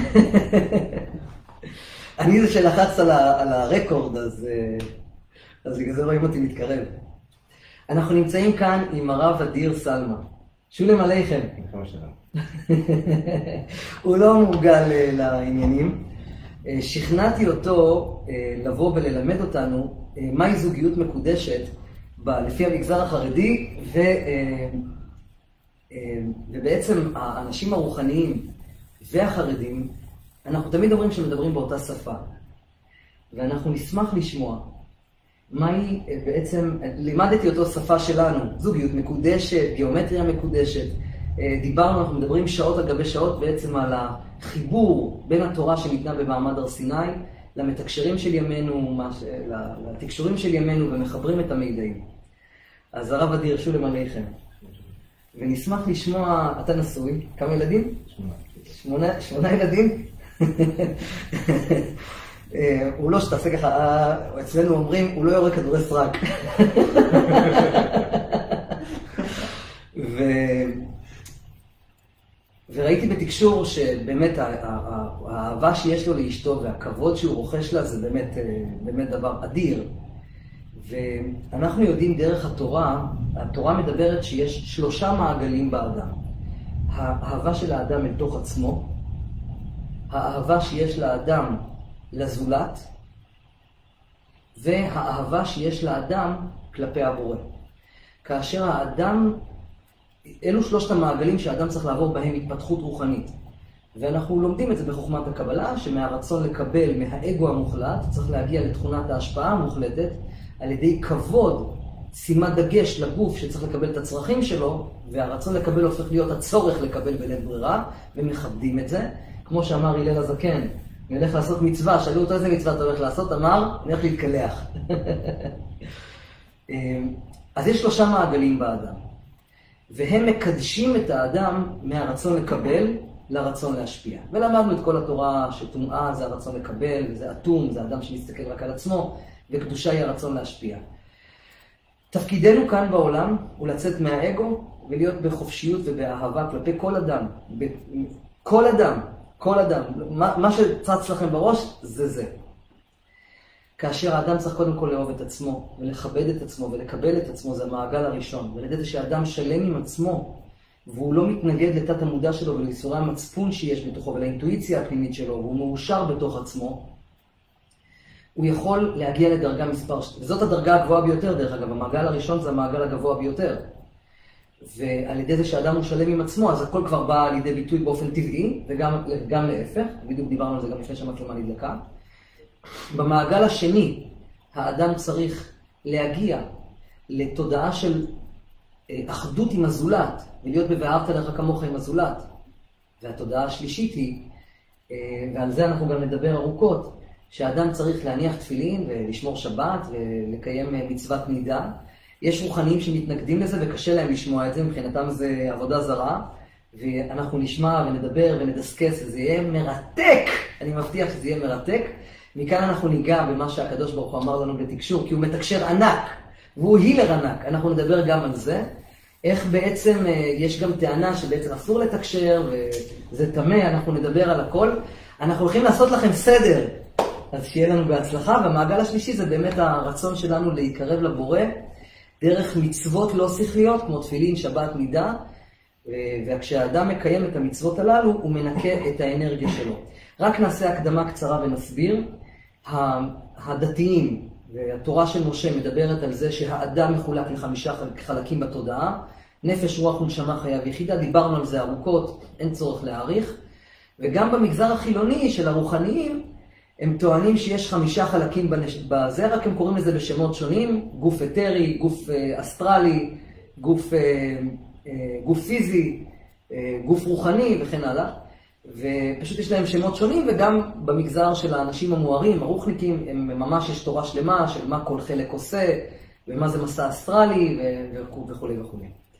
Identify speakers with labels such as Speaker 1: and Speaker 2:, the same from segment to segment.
Speaker 1: אני זה שלחץ על הרקורד, אז בגלל זה רואים אותי מתקרב. אנחנו נמצאים כאן עם הרב אדיר סלמה. שולם עליכם. הוא לא מורגל לעניינים. שכנעתי אותו לבוא וללמד אותנו מהי זוגיות מקודשת לפי המגזר החרדי, ובעצם האנשים הרוחניים והחרדים, אנחנו תמיד אומרים שמדברים באותה שפה. ואנחנו נשמח לשמוע מהי בעצם, לימדתי אותו שפה שלנו, זוגיות מקודשת, גיאומטריה מקודשת. דיברנו, אנחנו מדברים שעות על גבי שעות בעצם על החיבור בין התורה שניתנה במעמד הר סיני למתקשרים של ימינו, לתקשורים של ימינו, ומחברים את המידעים. אז הרב אדיר, שולם עליכם. ונשמח לשמוע, אתה נשוי, כמה ילדים? 8 ילדים? הוא לא שתעשה ככה, אצלנו אומרים, הוא לא יורה כדורי סרק. וראיתי בתקשור שבאמת האהבה שיש לו לאשתו והכבוד שהוא רוכש לה זה באמת דבר אדיר. ואנחנו יודעים דרך התורה מדברת שיש 3 מעגלים באדם. האהבה של האדם אל תוך עצמו, האהבה שיש לאדם לזולת, והאהבה שיש לאדם כלפי הבורא. כאשר האדם, אלו 3 המעגלים שהאדם צריך לעבור בהם התפתחות רוחנית. ואנחנו לומדים את זה בחוכמת הקבלה, שמהרצון לקבל מהאגו המוחלט, צריך להגיע לתכונת ההשפעה המוחלטת, על ידי כבוד, שימת דגש לגוף שצריך לקבל את הצרכים שלו, והרצון לקבל הופך להיות הצורך לקבל בלית ברירה, ומכבדים את זה. כמו שאמר הלל הזקן, אני הולך לעשות מצווה, שאלו אותו איזה מצווה אתה הולך לעשות, אמר, אני הולך להתקלח. אז יש 3 מעגלים באדם, והם מקדשים את האדם מהרצון לקבל לרצון להשפיע. ולמדנו את כל התורה שטומאה זה הרצון לקבל, וזה אטום, זה אדם שמסתכל רק על עצמו, וקדושה היא הרצון להשפיע. תפקידנו כאן בעולם הוא לצאת מהאגו ולהיות בחופשיות ובאהבה כלפי כל אדם. כל אדם, כל אדם. מה שצץ לכם בראש זה. כאשר האדם צריך קודם כל לאהוב את עצמו ולכבד את עצמו ולקבל את עצמו, זה המעגל הראשון. ולדעת זה שאדם שלם עם עצמו והוא לא מתנגד לתת המודע שלו ולייסורי המצפון שיש בתוכו ולאינטואיציה הפנימית שלו, והוא מאושר בתוך עצמו, הוא יכול להגיע לדרגה מספר 2. וזאת הדרגה הגבוהה ביותר, דרך אגב. המעגל הראשון זה המעגל הגבוה ביותר. ועל ידי זה שאדם הוא שלם עם עצמו, אז הכל כבר בא לידי ביטוי באופן טבעי, וגם להפך. בדיוק דיברנו על זה גם לפני שהמצלמה נדלקה. במעגל השני, האדם צריך להגיע לתודעה של אחדות עם הזולת, ולהיות ב"ואהבת לרעך כמוך" עם הזולת. והתודעה השלישית היא, ועל זה אנחנו גם נדבר ארוכות, שהאדם צריך להניח תפילין ולשמור שבת ולקיים מצוות נידה. יש רוחניים שמתנגדים לזה וקשה להם לשמוע את זה, מבחינתם זה עבודה זרה, ואנחנו נשמע ונדבר ונדסקס וזה יהיה מרתק, אני מבטיח שזה יהיה מרתק. מכאן אנחנו ניגע במה שהקדוש ברוך הוא אמר לנו בתקשור, כי הוא מתקשר ענק, והוא הילר ענק. אנחנו נדבר גם על זה, איך בעצם יש גם טענה שבעצם אסור לתקשר וזה תמה, אנחנו נדבר על הכל. אנחנו הולכים לעשות לכם סדר, אז שיהיה לנו בהצלחה. והמעגל השלישי זה באמת הרצון שלנו להיקרב לבורא, דרך מצוות לא שכליות, כמו תפילין, שבת, נידה, וכשהאדם מקיים את המצוות הללו, הוא מנקה את האנרגיה שלו. רק נעשה הקדמה קצרה ונסביר. הדתיים והתורה של משה מדברת על זה שהאדם מחולק ל5 חלקים בתודעה, נפש, רוח ונשמה, חיה ויחידה. דיברנו על זה ארוכות, אין צורך להאריך. וגם במגזר החילוני של הרוחניים, הם טוענים שיש 5 חלקים בזה, רק הם קוראים לזה בשמות שונים, גוף אתרי, גוף אסטרלי, גוף פיזי, גוף רוחני וכן הלאה. ופשוט יש להם שמות שונים, וגם במגזר של האנשים המוארים, הרוחניקים, הם ממש יש תורה שלמה של מה כל חלק עושה, ומה זה מסע אסטרלי וכו' וכו'.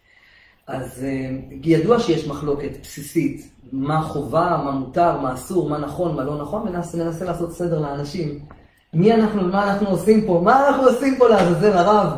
Speaker 1: אז ידוע שיש מחלוקת בסיסית, מה חובה, מה מותר, מה אסור, מה נכון, מה לא נכון, וננסה לעשות סדר לאנשים. מי אנחנו, מה אנחנו עושים פה, מה אנחנו עושים פה לעזאזל הרב?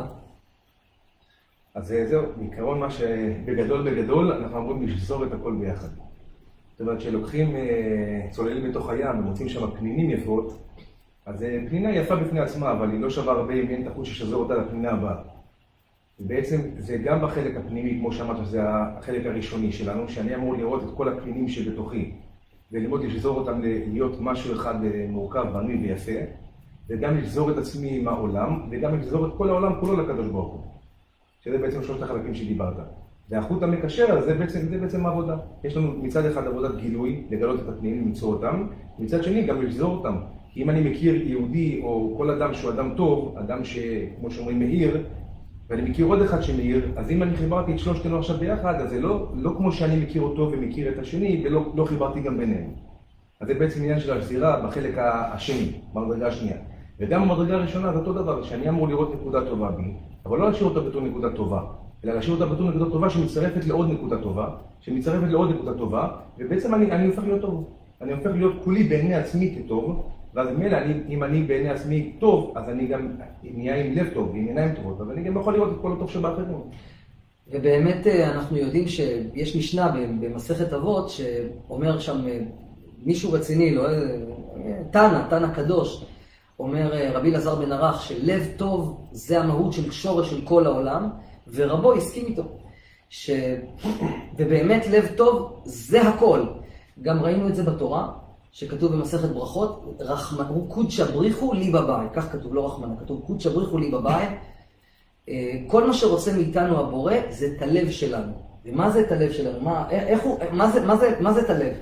Speaker 2: אז זהו, בעיקרון מה שבגדול, אנחנו אמורים לשזור את הכל ביחד. זאת אומרת, כשלוקחים צוללים בתוך הים ומוצאים שם פנינים יפות, אז פנינה יפה בפני עצמה, אבל היא לא שווה הרבה אם אין את החוט ששזור אותה לפנינה הבאה. ובעצם זה גם בחלק הפנימי, כמו שאמרת, שזה החלק הראשוני שלנו, שאני אמור לראות את כל הפנינים שבתוכי, וללמוד לשזור אותם להיות משהו אחד מורכב, בנוי ויפה, וגם לשזור את עצמי עם העולם, וגם לשזור את כל העולם כולו לקדוש ברוך הוא. שזה בעצם שלושת החלקים שדיברת. והחוט המקשר הזה זה בעצם העבודה. יש לנו מצד אחד עבודת גילוי, לגלות את הפנינים, ליצור אותם, מצד שני גם לשזור אותם. כי אם אני מכיר יהודי או כל אדם שהוא אדם טוב, אדם שכמו שאומרים מאיר, ואני מכיר עוד אחד שמאיר, אז אם אני חיברתי את שלושתנו עכשיו ביחד, אז זה לא כמו שאני מכיר אותו ומכיר את השני, ולא חיברתי גם ביניהם. אז זה בעצם עניין של הספירה בחלק השני, במדרגה השנייה. וגם במדרגה הראשונה זה אותו דבר, שאני אמור לראות נקודה טובה בי, אבל לא להשאיר אותה בתור נקודה טובה, אלא להשאיר אותה בתור נקודה טובה שמצטרפת לעוד נקודה טובה, שמצטרפת לעוד נקודה טובה, ובעצם אני הופך להיות טוב. אני הופך להיות כולי בעיני עצמי כטוב, ואז מילא, אם אני בעיני עצמי טוב, אז אני גם נהיה עם לב טוב, עם עיניים טובות, אבל אני גם יכול לראות את כל הטוב שבאחרים.
Speaker 1: ובאמת אנחנו יודעים שיש משנה במסכת אבות, שאומר שם מישהו רציני, לא, תנא קדוש, אומר רבי אלעזר בן ערך, שלב טוב זה המהות של שורש של כל העולם, ורבו הסכים איתו. ובאמת לב טוב זה הכל. גם ראינו את זה בתורה, שכתוב במסכת ברכות, רחמנו קודשא בריחו לי בבית. כך כתוב, לא רחמנה, כתוב קודשא בריחו לי בבית. כל מה שרוצה מאיתנו הבורא זה את הלב שלנו. ומה זה את הלב שלנו? מה זה את הלב?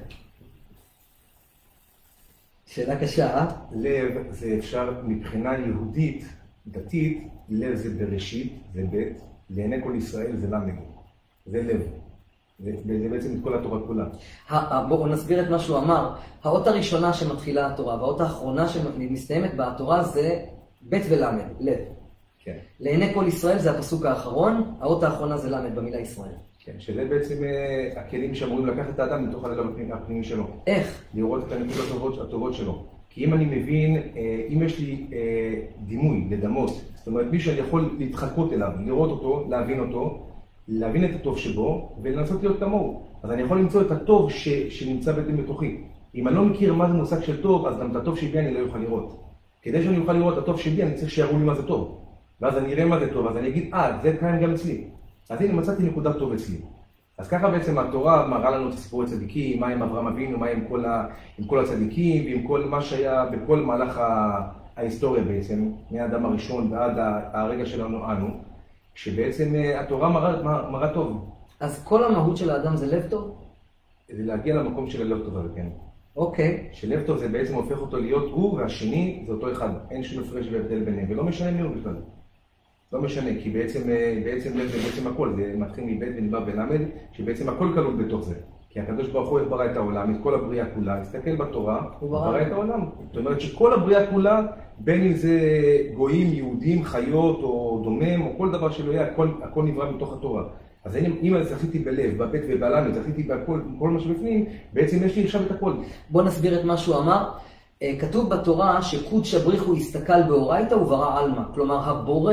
Speaker 1: שאלה קשה, אה?
Speaker 2: לב זה אפשר מבחינה יהודית, דתית, לב זה בראשית, זה בית, לעיני כל ישראל זה למד. זה לב. זה בעצם את כל התורה כולה.
Speaker 1: בואו נסביר את מה שהוא אמר. האות הראשונה שמתחילה התורה, והאות האחרונה שמסתיימת בתורה זה בית ולמד, לב.
Speaker 2: כן.
Speaker 1: לעיני כל ישראל זה הפסוק האחרון, האות האחרונה זה למד במילה ישראל.
Speaker 2: כן, שזה בעצם הכלים שאמורים לקחת את האדם מתוך הלב הפנימי שלו.
Speaker 1: איך?
Speaker 2: לראות את הנקודות הטובות שלו. כי אם אני מבין, אם יש לי דימוי, לדמות, זאת אומרת מישהו אני יכול להתחקות אליו, לראות אותו, להבין את הטוב שבו ולנסות להיות כמוהו. אז אני יכול למצוא את הטוב שנמצא בעצם בתוכי. אם אני לא מכיר מה זה מושג של טוב, אז גם את הטוב שבי אני לא יוכל לראות. כדי שאני אוכל לראות את הטוב שבי, אני צריך שיראו לי מה זה טוב. ואז אני אראה מה זה טוב, אז אני אגיד, זה קיים גם אצלי. אז הנה, מצאתי נקודה טוב אצלי. אז ככה בעצם התורה מראה לנו את סיפורי צדיקים, מה עם אברהם אבינו, מה עם כל הצדיקים, ועם כל מה שהיה בכל מהלך ההיסטוריה בעצם, מהאדם הראשון ועד הרגע שלנו אנו, שבעצם התורה מראה טוב.
Speaker 1: אז כל המהות של האדם זה לב טוב?
Speaker 2: זה להגיע למקום של הלב טוב, אבל כן.
Speaker 1: אוקיי.
Speaker 2: שלב טוב זה בעצם הופך אותו להיות הוא, והשני זה אותו אחד. אין שום הפרש והבדל ביניהם, ולא משנה מי הוא בכלל. לא משנה, כי בעצם לב זה בעצם הכל, זה מתחיל מבית ונבע ולמד, שבעצם הכל כלול בתוך זה. כי הקדוש ברוך הוא ברא את העולם, את כל הבריאה כולה, הסתכל בתורה, הוא ברא את העולם. זאת אומרת שכל הבריאה כולה, בין אם זה גויים, יהודים, חיות או דומם, או כל דבר שלא יהיה, הכל נברא מתוך התורה. אז אם אני זכיתי בלב, בבית ובלמד, זכיתי בכל מה שבפנים, בעצם יש לי עכשיו את הכל.
Speaker 1: בוא נסביר את מה שהוא אמר. כתוב בתורה שקודשא בריחו הסתכל באורייתא וברא עלמא. כלומר, הבורא,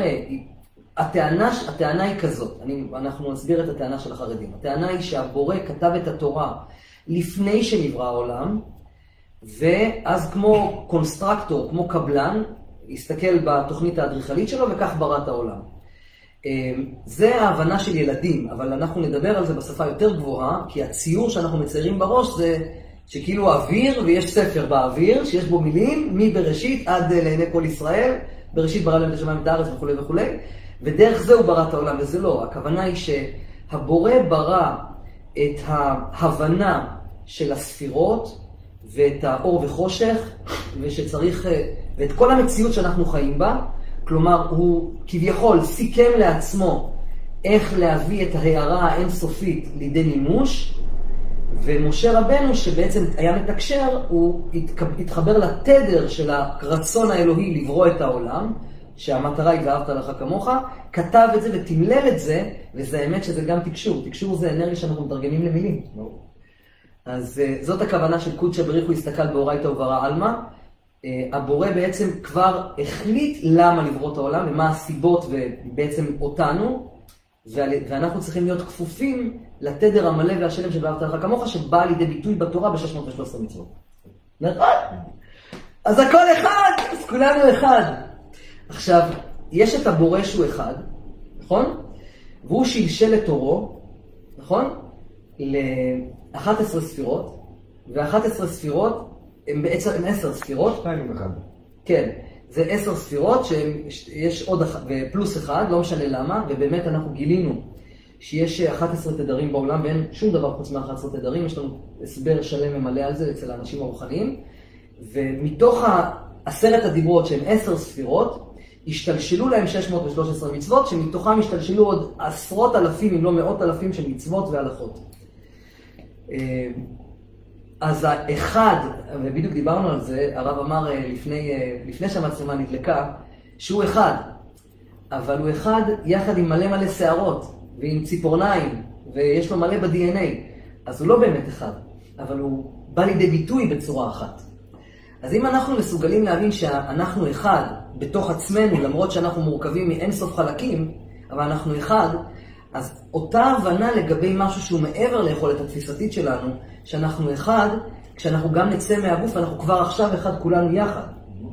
Speaker 1: הטענה היא כזאת, אנחנו נסביר את הטענה של החרדים. הטענה היא שהבורא כתב את התורה לפני שנברא העולם, ואז כמו קונסטרקטור, כמו קבלן, הסתכל בתוכנית האדריכלית שלו וכך ברא את העולם. זה ההבנה של ילדים, אבל אנחנו נדבר על זה בשפה יותר גבוהה, כי הציור שאנחנו מציירים בראש זה שכאילו האוויר, ויש ספר באוויר, שיש בו מילים, מבראשית עד לעיני כל ישראל, בראשית ברא אלוהים את השמיים ואת הארץ וכו' וכו', ודרך זה הוא ברא את העולם, וזה לא. הכוונה היא שהבורא ברא את ההבנה של הספירות, ואת האור וחושך, ואת כל המציאות שאנחנו חיים בה, כלומר, הוא כביכול סיכם לעצמו איך להביא את ההערה האינסופית לידי מימוש, ומשה רבנו שבעצם היה מתקשר, הוא התחבר לתדר של הרצון האלוהי לברוא את העולם, שהמטרה היא ואהבת לך כמוך, כתב את זה ותמלל את זה, וזה האמת שזה גם תקשור. תקשור זה אנרגיה שאנחנו מתרגמים למילים. אז זאת הכוונה של קודשא בריחו הסתכל באורייתא וברא עלמא. הבורא בעצם כבר החליט למה לברוא את העולם ומה הסיבות ובעצם אותנו, ואנחנו צריכים להיות כפופים לתדר המלא והשלם של ואהבת לך כמוך, שבא לידי ביטוי בתורה ב-613 מצוות. נכון? אז הכל אחד, אז כולנו אחד. עכשיו, יש את הבורא שהוא אחד, נכון? והוא שלשל את תורו, נכון? ל-11 ספירות, ו-11 ספירות הם בעצם 10 ספירות.
Speaker 2: 2 ו-1.
Speaker 1: כן, זה 10 ספירות שיש עוד פלוס 1, לא משנה למה, ובאמת אנחנו גילינו שיש 11 תדרים בעולם ואין שום דבר חוץ מ-11 תדרים, יש לנו הסבר שלם ומלא על זה אצל האנשים הרוחניים, ומתוך 10 הדיברות שהם 10 ספירות, השתלשלו להם 613 מצוות, שמתוכם השתלשלו עוד עשרות אלפים, אם לא מאות אלפים של מצוות והלכות. אז האחד, ובדיוק דיברנו על זה, הרב אמר לפני שהמצלמה נדלקה, שהוא אחד, אבל הוא אחד יחד עם מלא מלא שערות, ועם ציפורניים, ויש לו מלא ב-DNA, אז הוא לא באמת אחד, אבל הוא בא לידי ביטוי בצורה אחת. אז אם אנחנו מסוגלים להבין שאנחנו אחד בתוך עצמנו, למרות שאנחנו מורכבים מאין סוף חלקים, אבל אנחנו אחד, אז אותה הבנה לגבי משהו שהוא מעבר ליכולת התפיסתית שלנו, שאנחנו אחד, כשאנחנו גם נצא מהגוף, אנחנו כבר עכשיו אחד כולנו יחד.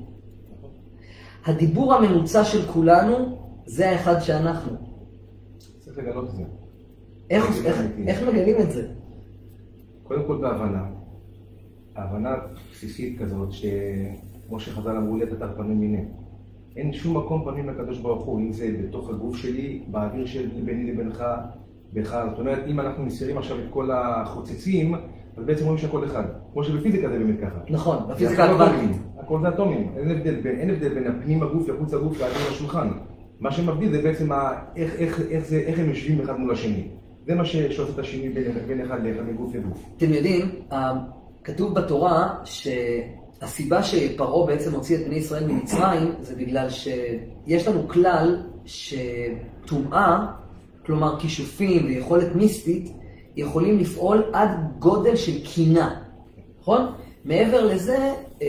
Speaker 1: הדיבור הממוצע של כולנו, זה האחד שאנחנו.
Speaker 2: צריך לגלות את זה.
Speaker 1: איך מגלים את זה?
Speaker 2: קודם כל בהבנה. ההבנה בסיסית כזאת, שכמו שחז"ל אמרו לי, אתה פנים מיני. אין שום מקום פנים לקדוש ברוך הוא, אם זה בתוך הגוף שלי, באוויר שלי, ביני לבינך, בך. זאת אומרת, אם אנחנו מסירים עכשיו את כל החוצצים, אז בעצם רואים שהכל אחד. כמו שבפיזיקה זה באמת ככה. נכון, בפיזיקה הקוונטית. הכל זה אטומים. אין הבדל בין הפנים הגוף לחוץ הגוף והאוויר לשולחן. מה שמבדיל זה בעצם איך הם יושבים אחד מול השני. זה מה שעושה את השני בין אחד לאחד מגוף לגוף.
Speaker 1: אתם יודעים, כתוב בתורה שהסיבה שפרעה בעצם הוציא את בני ישראל ממצרים זה בגלל שיש לנו כלל שטומאה, כלומר כישופים ויכולת מיסטית, יכולים לפעול עד גודל של קינה, נכון? מעבר לזה,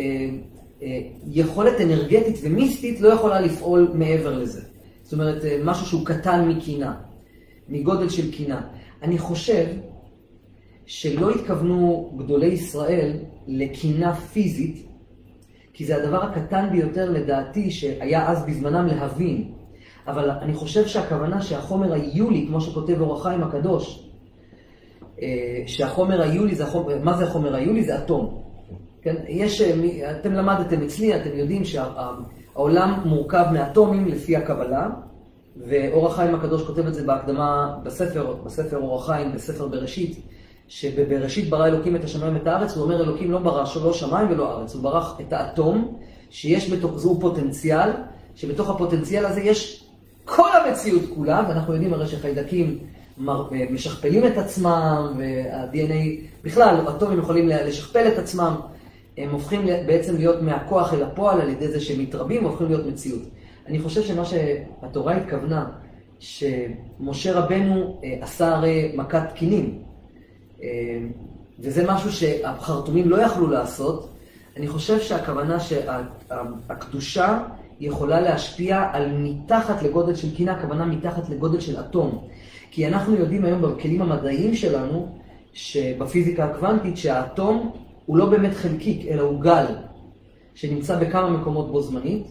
Speaker 1: יכולת אנרגטית ומיסטית לא יכולה לפעול מעבר לזה. זאת אומרת, משהו שהוא קטן מקינה, מגודל של קינה. אני חושב שלא התכוונו גדולי ישראל לקינה פיזית, כי זה הדבר הקטן ביותר לדעתי שהיה אז בזמנם להבין. אבל אני חושב שהכוונה שהחומר היולי, כמו שכותב אור החיים הקדוש, שהחומר היולי, מה זה החומר היולי? זה אטום. כן? אתם למדתם אצלי, אתם יודעים שהעולם מורכב מאטומים לפי הקבלה, ואור החיים הקדוש כותב את זה בהקדמה בספר אור החיים, בספר בראשית, שבבראשית ברא אלוקים את השמיים ואת הארץ, הוא אומר אלוקים לא ברא לא שמיים ולא ארץ, הוא ברא את האטום, שיש בתוך זהו פוטנציאל, שבתוך הפוטנציאל הזה יש כל המציאות כולה, ואנחנו יודעים הרי שחיידקים משכפלים את עצמם, וה-DNA, בכלל, אטומים יכולים לשכפל את עצמם, הם הופכים בעצם להיות מהכוח אל הפועל על ידי זה שהם מתרבים והופכים להיות מציאות. אני חושב שמה שהתורה התכוונה, שמשה רבנו עשה הרי מכת תקינים, וזה משהו שהחרטומים לא יכלו לעשות. אני חושב שהכוונה שהקדושה יכולה להשפיע על מתחת לגודל של קינה, הכוונה מתחת לגודל של אטום. כי אנחנו יודעים היום בכלים המדעיים שלנו, שבפיזיקה הקוונטית, שהאטום הוא לא באמת חלקיק, אלא הוא גל, שנמצא בכמה מקומות בו זמנית,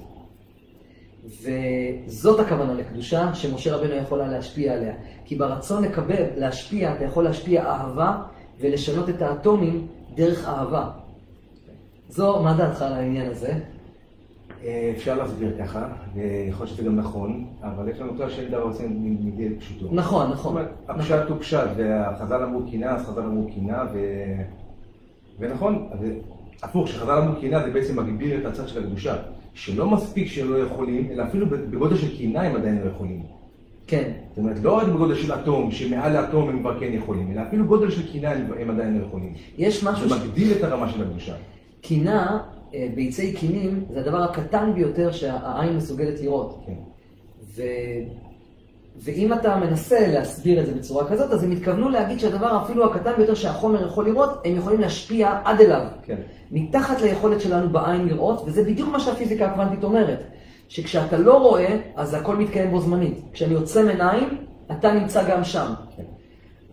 Speaker 1: וזאת הכוונה לקדושה שמשה רבנו יכולה להשפיע עליה. כי ברצון להשפיע, אתה יכול להשפיע אהבה ולשנות את האטומים דרך אהבה. מה דעתך על העניין הזה?
Speaker 2: אפשר להסביר ככה, ויכול להיות שזה גם נכון, אבל יש לנו כלל שאין דבר עושה מדי פשוטו.
Speaker 1: נכון.
Speaker 2: הפשט הוא פשט, והחז"ל אמרו קינה, אז חז"ל אמרו קינה, ונכון, הפוך, שחז"ל אמרו קינה זה בעצם מגביר את הצד של הקדושה, שלא מספיק שהם לא יכולים, אלא אפילו בגודל של קינה הם עדיין לא יכולים.
Speaker 1: כן. זאת
Speaker 2: אומרת, לא רק בגודל של אטום, שמעל האטום הם כבר כן יכולים, אלא אפילו בגודל של קינה הם עדיין לא יכולים.
Speaker 1: יש משהו
Speaker 2: זה מגדיל את הרמה של הקדושה.
Speaker 1: קינה, ביצי קינים, זה הדבר הקטן ביותר שהעין מסוגלת לראות.
Speaker 2: כן.
Speaker 1: ואם אתה מנסה להסביר את זה בצורה כזאת, אז הם התכוונו להגיד שהדבר אפילו הקטן ביותר שהחומר יכול לראות, הם יכולים להשפיע עד אליו.
Speaker 2: כן.
Speaker 1: מתחת ליכולת שלנו בעין לראות, וזה בדיוק מה שהפיזיקה הקוונטית אומרת. שכשאתה לא רואה, אז הכל מתקיים בו זמנית. כשאני יוצא מעין, אתה נמצא גם שם.
Speaker 2: כן.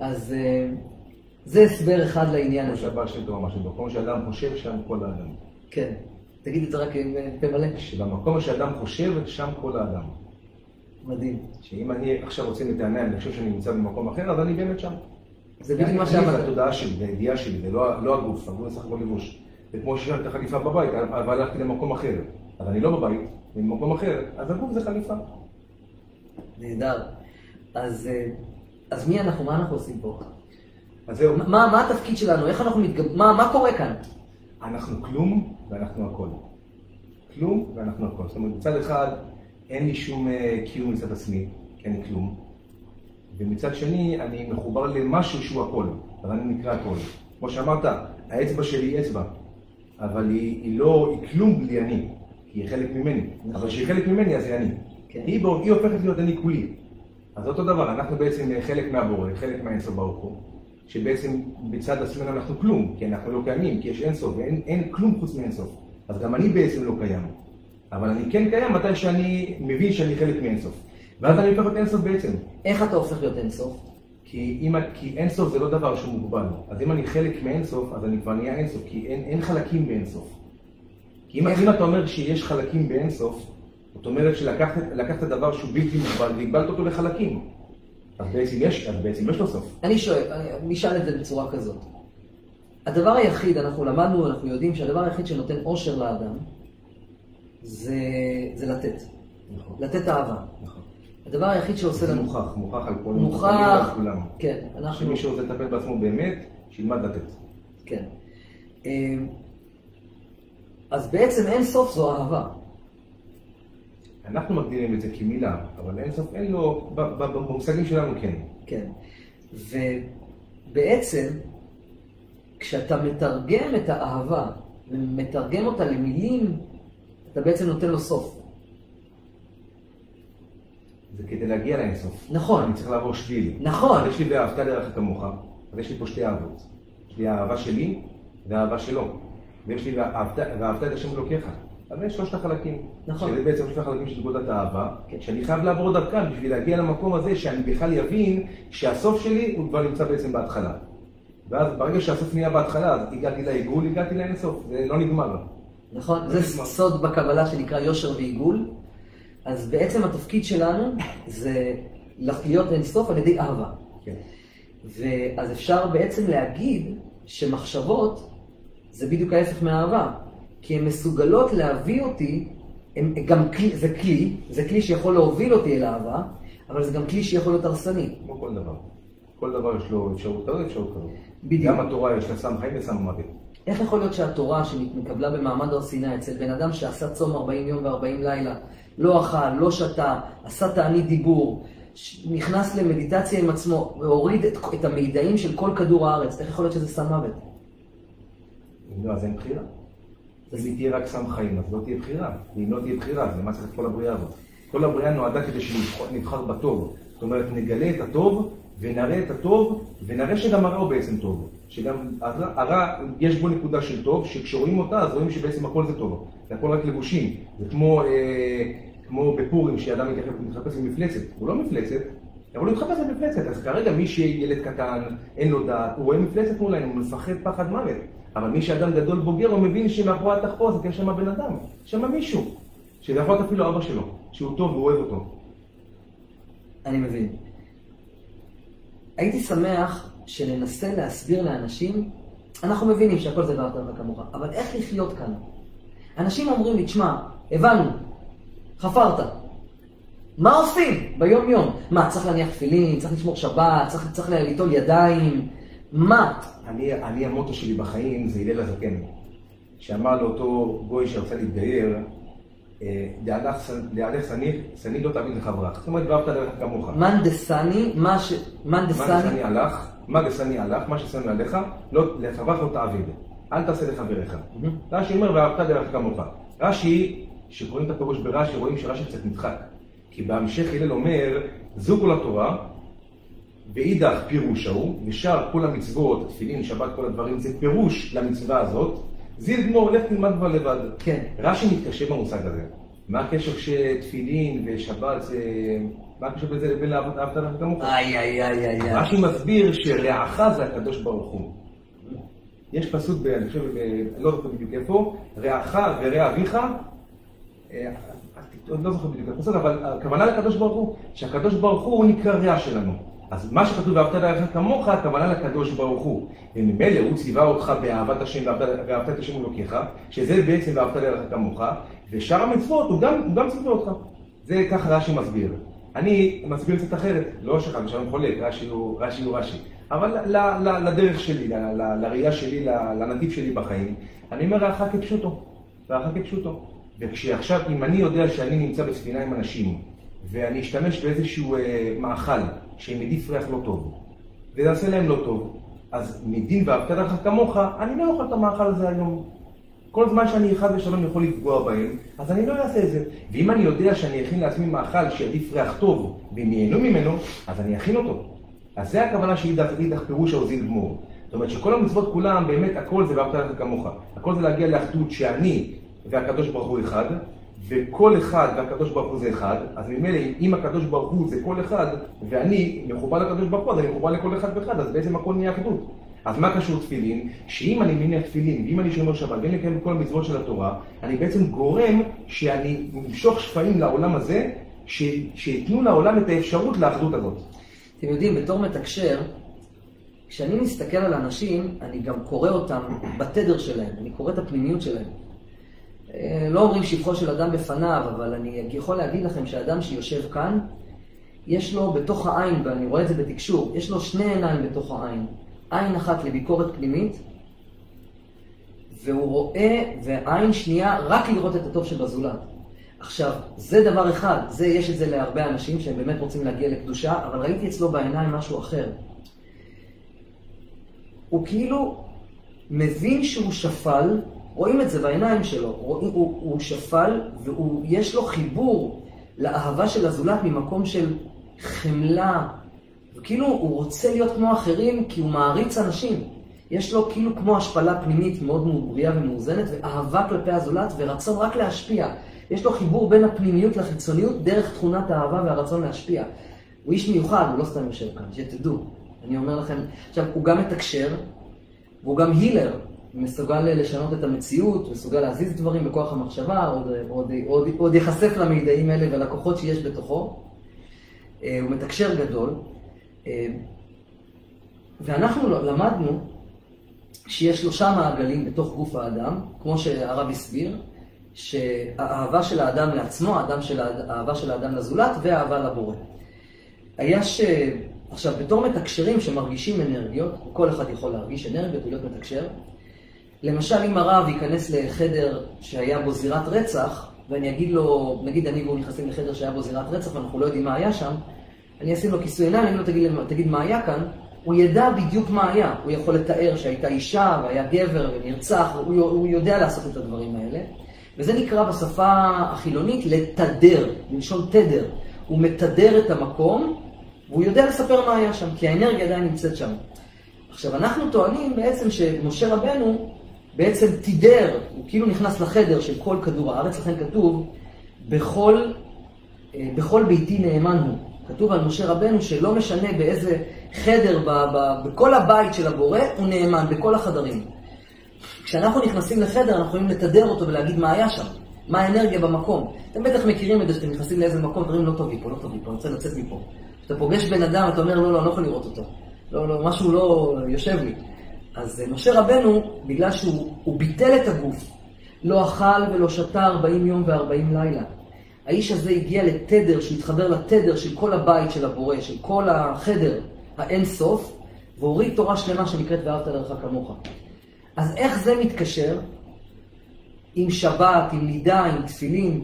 Speaker 1: אז זה הסבר אחד לעניין
Speaker 2: כמו
Speaker 1: הזה.
Speaker 2: שהבעל שם טוב אמר שבמקום שאדם חושב, שם כל האדם.
Speaker 1: כן. תגיד את זה רק עם פה מלא.
Speaker 2: שבמקום שאדם חושב, שם כל האדם.
Speaker 1: מדהים.
Speaker 2: שאם אני עכשיו רוצה לטענה, אני חושב שאני נמצא במקום אחר, אז אני באמת שם.
Speaker 1: זה בדיוק מה
Speaker 2: זה
Speaker 1: שאמרת.
Speaker 2: התודעה שלי, זה הידיעה שלי, זה לא הגוף, הגוף זה סך הכל לבוש. וכמו שיש את החליפה בבית, אבל הלכתי למקום אחר. אז אני לא בבית, אני במקום אחר, אז הגוף זה חליפה.
Speaker 1: נהדר. אז מי אנחנו? מה אנחנו עושים פה?
Speaker 2: אז זהו.
Speaker 1: מה התפקיד שלנו? איך אנחנו מה קורה כאן?
Speaker 2: אנחנו כלום ואנחנו הכל. כלום ואנחנו הכל. זאת אומרת, מצד אחד אין לי שום קיום מצד עצמי, כי אני כלום. ומצד שני, אני מחובר למשהו שהוא הכל, אבל אני נקרא הכל. כמו שאמרת, האצבע שלי היא אצבע, אבל היא כלום בלי אני, כי היא חלק ממני. אבל כשהיא חלק ממני, אז היא אני.
Speaker 1: כן.
Speaker 2: היא הופכת להיות אני כולי. אז אותו דבר, אנחנו בעצם חלק מהבורא, חלק מהאינסוף ברוך הוא, שבעצם בצד עצמנו אנחנו כלום, כי אנחנו לא קיימים, כי יש אינסוף, ואין כלום חוץ מאינסוף. אז גם אני בעצם לא קיים. אבל אני כן קיים מתי שאני מבין שאני חלק מאינסוף. ואז אני הופך להיות אינסוף בעצם.
Speaker 1: איך אתה הופך להיות אינסוף?
Speaker 2: כי אינסוף זה לא דבר שהוא מוגבל. אז אם אני חלק מאינסוף, אז אני כבר נהיה אינסוף, כי אין חלקים באינסוף. כי אם אתה אומר שיש חלקים באינסוף, זאת אומרת שלקחת דבר שהוא בלתי מוגבל והגבלת אותו לחלקים. אז בעצם יש לו סוף.
Speaker 1: אני שואל, אני אשאל את זה בצורה כזאת. הדבר היחיד, אנחנו למדנו, אנחנו יודעים שהדבר היחיד שנותן אושר לאדם, זה לתת.
Speaker 2: נכון.
Speaker 1: לתת אהבה.
Speaker 2: נכון.
Speaker 1: הדבר היחיד שעושה
Speaker 2: זה
Speaker 1: לנו...
Speaker 2: מוכח על כל
Speaker 1: מוכח,
Speaker 2: כולם.
Speaker 1: כן, אנחנו...
Speaker 2: שמי שרוצה לטפל בעצמו באמת, שילמד לתת.
Speaker 1: כן. אז בעצם אין סוף זו אהבה.
Speaker 2: אנחנו מגדירים את זה כמילה, אבל אין סוף, אין לו, במושגים שלנו כן.
Speaker 1: כן. ובעצם, כשאתה מתרגם את האהבה, ומתרגם אותה למילים, אתה בעצם נותן לו סוף.
Speaker 2: זה כדי להגיע לאינסוף.
Speaker 1: נכון.
Speaker 2: אני צריך לעבור שביל.
Speaker 1: נכון.
Speaker 2: אז יש לי ואהבת לרעך כמוך, אז יש לי פה שתי אהבות. יש לי האהבה שלי והאהבה שלו. ויש לי ואהבת את השם אלוקיך. אז יש שלושת החלקים.
Speaker 1: נכון.
Speaker 2: שזה בעצם שלושת החלקים של נקודת האהבה,
Speaker 1: כן.
Speaker 2: שאני חייב לעבור דרכם בשביל להגיע למקום הזה שאני בכלל יבין שהסוף שלי הוא כבר נמצא בעצם בהתחלה. ואז ברגע שהסוף נהיה בהתחלה, אז הגעתי לעיגול, הגעתי לאינסוף. זה לא נגמר.
Speaker 1: נכון? זה סוד בקבלה שנקרא יושר ועיגול. אז בעצם התפקיד שלנו זה להיות אינסוף על ידי אהבה.
Speaker 2: כן.
Speaker 1: ואז אפשר בעצם להגיד שמחשבות זה בדיוק ההפך מהאהבה. כי הן מסוגלות להביא אותי, זה כלי שיכול להוביל אותי אל אהבה, אבל זה גם כלי שיכול להיות הרסני.
Speaker 2: כמו כל דבר. כל דבר יש לו אפשרות כזאת, אפשרות כזאת.
Speaker 1: בדיוק.
Speaker 2: גם התורה יש לה סם חיים וסם מוות.
Speaker 1: איך יכול להיות שהתורה שמתקבלה במעמד הר סיני אצל בן אדם שעשה צום 40 יום ו40 לילה, לא אכל, לא שתה, עשה תענית דיבור, נכנס למדיטציה עם עצמו והוריד את המידעים של כל כדור הארץ, איך יכול להיות שזה סם מוות?
Speaker 2: אם לא, אז אין בחירה. אז אם תהיה רק סם חיים, אז לא תהיה בחירה. ואם לא תהיה בחירה, אז למה צריך את כל הבריאה הזאת? כל הבריאה נועדה כדי שנבחר בטוב. זאת אומרת, נגלה את הטוב ונראה את הטוב, ונראה שגם הרע הוא בעצם טוב. שגם הרע, יש בו נקודה של טוב, שכשרואים אותה, אז רואים שבעצם הכל זה טוב. זה הכל רק לבושים. זה כמו בפורים, שאדם מתחפש במפלצת. הוא לא מפלצת, אבל הוא מתחפש במפלצת. אז כרגע מי שילד קטן, אין לו דעת, הוא רואה מפלצת מולהם, הוא מפחד פחד מוות. אבל מי שאדם גדול בוגר, הוא מבין שמאחורי התחפושת יש שם בן אדם, שם מישהו, שזה יכול להיות אפילו אבא שלו, שהוא טוב והוא אוהב אותו.
Speaker 1: אני מבין. הייתי שמח שננסה להסביר לאנשים, אנחנו מבינים שהכל זה ואהבת לרעך כמוך, אבל איך לחיות כאן? אנשים אומרים לי, תשמע, הבנו, חפרת. מה עושים ביום יום? מה, צריך להניח תפילין, צריך לשמור שבת, צריך ליטול ידיים, מה?
Speaker 2: אני המוטו שלי בחיים זה הלל הזקן, שאמר לאותו גוי שרצה להתגייר, להלך סני לא תעביד לחברך. זאת אומרת, ואהבת לרעך כמוך.
Speaker 1: מן דסני,
Speaker 2: מה דסני הלך, מה ששנוא עליך, לחברך לא תעביד. אל תעשה לחבריך. רש"י אומר, ואהבת לרעך כמוך. רש"י, שקוראים את הפירוש ברש"י, רואים שרש"י קצת נדחק. כי בהמשך הלל אומר, זו כל התורה, ואידך פירוש ההוא, ושאר כל המצוות, תפילין, שבת, כל הדברים, זה פירוש למצווה הזאת, זיל גמור, לך תלמד כבר לבד.
Speaker 1: כן.
Speaker 2: רש"י מתקשה במושג הזה. מה הקשר שתפילין ושבת מה הקשר בזה לבין אהבת לרעך כמוך?
Speaker 1: איי.
Speaker 2: רש"י מסביר שרעך זה הקדוש ברוך הוא. יש פסוק, אני חושב, לא זוכר בדיוק איפה, רעך ורע אביך, לא זוכר בדיוק הפסוק, אבל הכוונה לקדוש ברוך הוא, שהקדוש ברוך הוא נקרא רע שלנו. אז מה שכתוב ואהבת לרעך כמוך, הכוונה לקדוש ברוך הוא. וממילא הוא ציווה אותך באהבת השם ואהבת את השם אלוקיך, שזה בעצם ואהבת לרעך כמוך, ושאר המצוות הוא גם ציווה אותך. זה ככה רש"י מסביר. אני מסביר קצת אחרת, לא שכם, שאני חולק, רש"י הוא רש"י. אבל לדרך שלי, לראייה שלי, לנתיב שלי בחיים, אני אומר רעך כפשוטו. וכשעכשיו, אם אני יודע שאני נמצא בספינה עם אנשים, ואני אשתמש באיזשהו מאכל שמדיף ריח לא טוב, וזה יעשה להם לא טוב, אז מדין ואהבת לרעך כמוך, אני לא אוכל את המאכל הזה היום. כל זמן שאני אחד ושלום יכול לפגוע בהם, אז אני לא אעשה את זה. ואם אני יודע שאני אכין לעצמי מאכל שידיף ריח טוב, והם ייהנו ממנו, אז אני אכין אותו. אז זה הכוונה שאידך פירוש האוזיל גמור. זאת אומרת שכל המצוות כולם, באמת הכל זה ואהבת לרעך כמוך. הכל זה להגיע לאחדות שאני והקדוש ברוך הוא אחד, וכל אחד והקדוש ברוך הוא זה אחד, אז ממילא אם הקדוש ברוך הוא זה כל אחד, ואני מחובר לקדוש ברוך הוא, אז אני מחובר לכל אחד ואחד, אז בעצם הכל נהיה אחדות. אז מה קשור תפילין? שאם אני מניח תפילין, ואם אני שומר שבת, ואין לקיים כל המצוות של התורה, אני בעצם גורם שאני ממשוך שפעים לעולם הזה, שיתנו לעולם את האפשרות לאחדות הזאת.
Speaker 1: אתם יודעים, בתור מתקשר, כשאני מסתכל על אנשים, אני גם קורא אותם בתדר שלהם, אני קורא את הפנימיות שלהם. לא אומרים שבחו של אדם בפניו, אבל אני יכול להגיד לכם שהאדם שיושב כאן, יש לו בתוך העין, ואני רואה את זה בתקשור, יש לו שני עיניים בתוך העין. עין אחת לביקורת פנימית, והוא רואה, ועין שנייה רק לראות את הטוב שבזולת. עכשיו, זה דבר אחד, יש את זה להרבה אנשים שהם באמת רוצים להגיע לקדושה, אבל ראיתי אצלו בעיניים משהו אחר. הוא כאילו מבין שהוא שפל, רואים את זה בעיניים שלו, הוא שפל ויש לו חיבור לאהבה של הזולת ממקום של חמלה, וכאילו הוא רוצה להיות כמו אחרים כי הוא מעריץ אנשים. יש לו כאילו כמו השפלה פנימית מאוד בריאה ומאוזנת, ואהבה כלפי הזולת ורצון רק להשפיע. יש לו חיבור בין הפנימיות לחיצוניות דרך תכונת האהבה והרצון להשפיע. הוא איש מיוחד, הוא לא סתם יושב כאן, שתדעו. אני אומר לכם, עכשיו הוא גם מתקשר, והוא גם הילר. הוא מסוגל לשנות את המציאות, הוא מסוגל להזיז דברים בכוח המחשבה, עוד יחשף למידעים האלה ולכוחות שיש בתוכו. הוא מתקשר גדול. ואנחנו למדנו שיש 3 מעגלים בתוך גוף האדם, כמו שהרב הסביר, שהאהבה של האדם לעצמו, האהבה של האדם לזולת והאהבה לבורא. עכשיו, בתור מתקשרים שמרגישים אנרגיות, כל אחד יכול להרגיש אנרגיות ולהיות מתקשר. למשל, אם הרב ייכנס לחדר שהיה בו זירת רצח, ואני אגיד לו, נגיד אני והוא נכנסים לחדר שהיה בו זירת רצח ואנחנו לא יודעים מה היה שם, אני אשים לו כיסוי עיניים, אני אגיד לו, תגיד מה היה כאן, הוא ידע בדיוק מה היה. הוא יכול לתאר שהייתה אישה והיה גבר ונרצח, הוא יודע לעשות את הדברים האלה. וזה נקרא בשפה החילונית לתדר, מלשון תדר. הוא מתדר את המקום, והוא יודע לספר מה היה שם, כי האנרגיה עדיין נמצאת שם. עכשיו, אנחנו טוענים בעצם שמשה רבנו בעצם תידר, הוא כאילו נכנס לחדר של כל כדור הארץ, לכן כתוב, בכל ביתי נאמן הוא. כתוב על משה רבנו שלא משנה באיזה חדר, בכל הבית של הבורא, הוא נאמן, בכל החדרים. כשאנחנו נכנסים לחדר, אנחנו יכולים לתדר אותו ולהגיד מה היה שם, מה האנרגיה במקום. אתם בטח מכירים את זה, שאתם נכנסים לאיזה מקום, תראים לא טוב לי פה, לא טוב לי פה, אני רוצה לצאת מפה. כשאתה פוגש בן אדם, אתה אומר, לא, אני לא יכול לראות אותו. לא, משהו לא יושב לי. אז משה רבנו, בגלל שהוא ביטל את הגוף, לא אכל ולא שתה 40 יום ו40 לילה. האיש הזה הגיע לתדר, שהוא התחבר לתדר של כל הבית של הבורא, של כל החדר, האין סוף, והוריד תורה שלמה שנקראת ואהבת לרעך כמוך. אז איך זה מתקשר עם שבת, עם נידה, עם תפילין?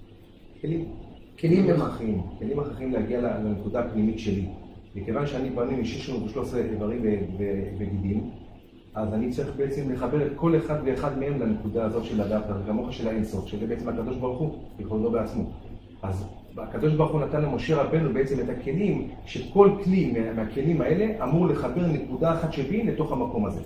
Speaker 1: כלים
Speaker 2: הכרחיים. כלים הכרחיים להגיע לנקודה הפנימית שלי. מכיוון שאני בנוי מ-613 איברים וגידים, אז אני צריך בעצם לחבר את כל אחד ואחד מהם לנקודה הזאת של ואהבת לרעך כמוך של האינסוף, שזה בעצם הקדוש ברוך הוא, בכבודו בעצמו. אז הקדוש ברוך הוא נתן למשה רבנו בעצם את הכלים, שכל כלי מהכלים האלה אמור לחבר נקודה אחת שבי לתוך המקום הזה.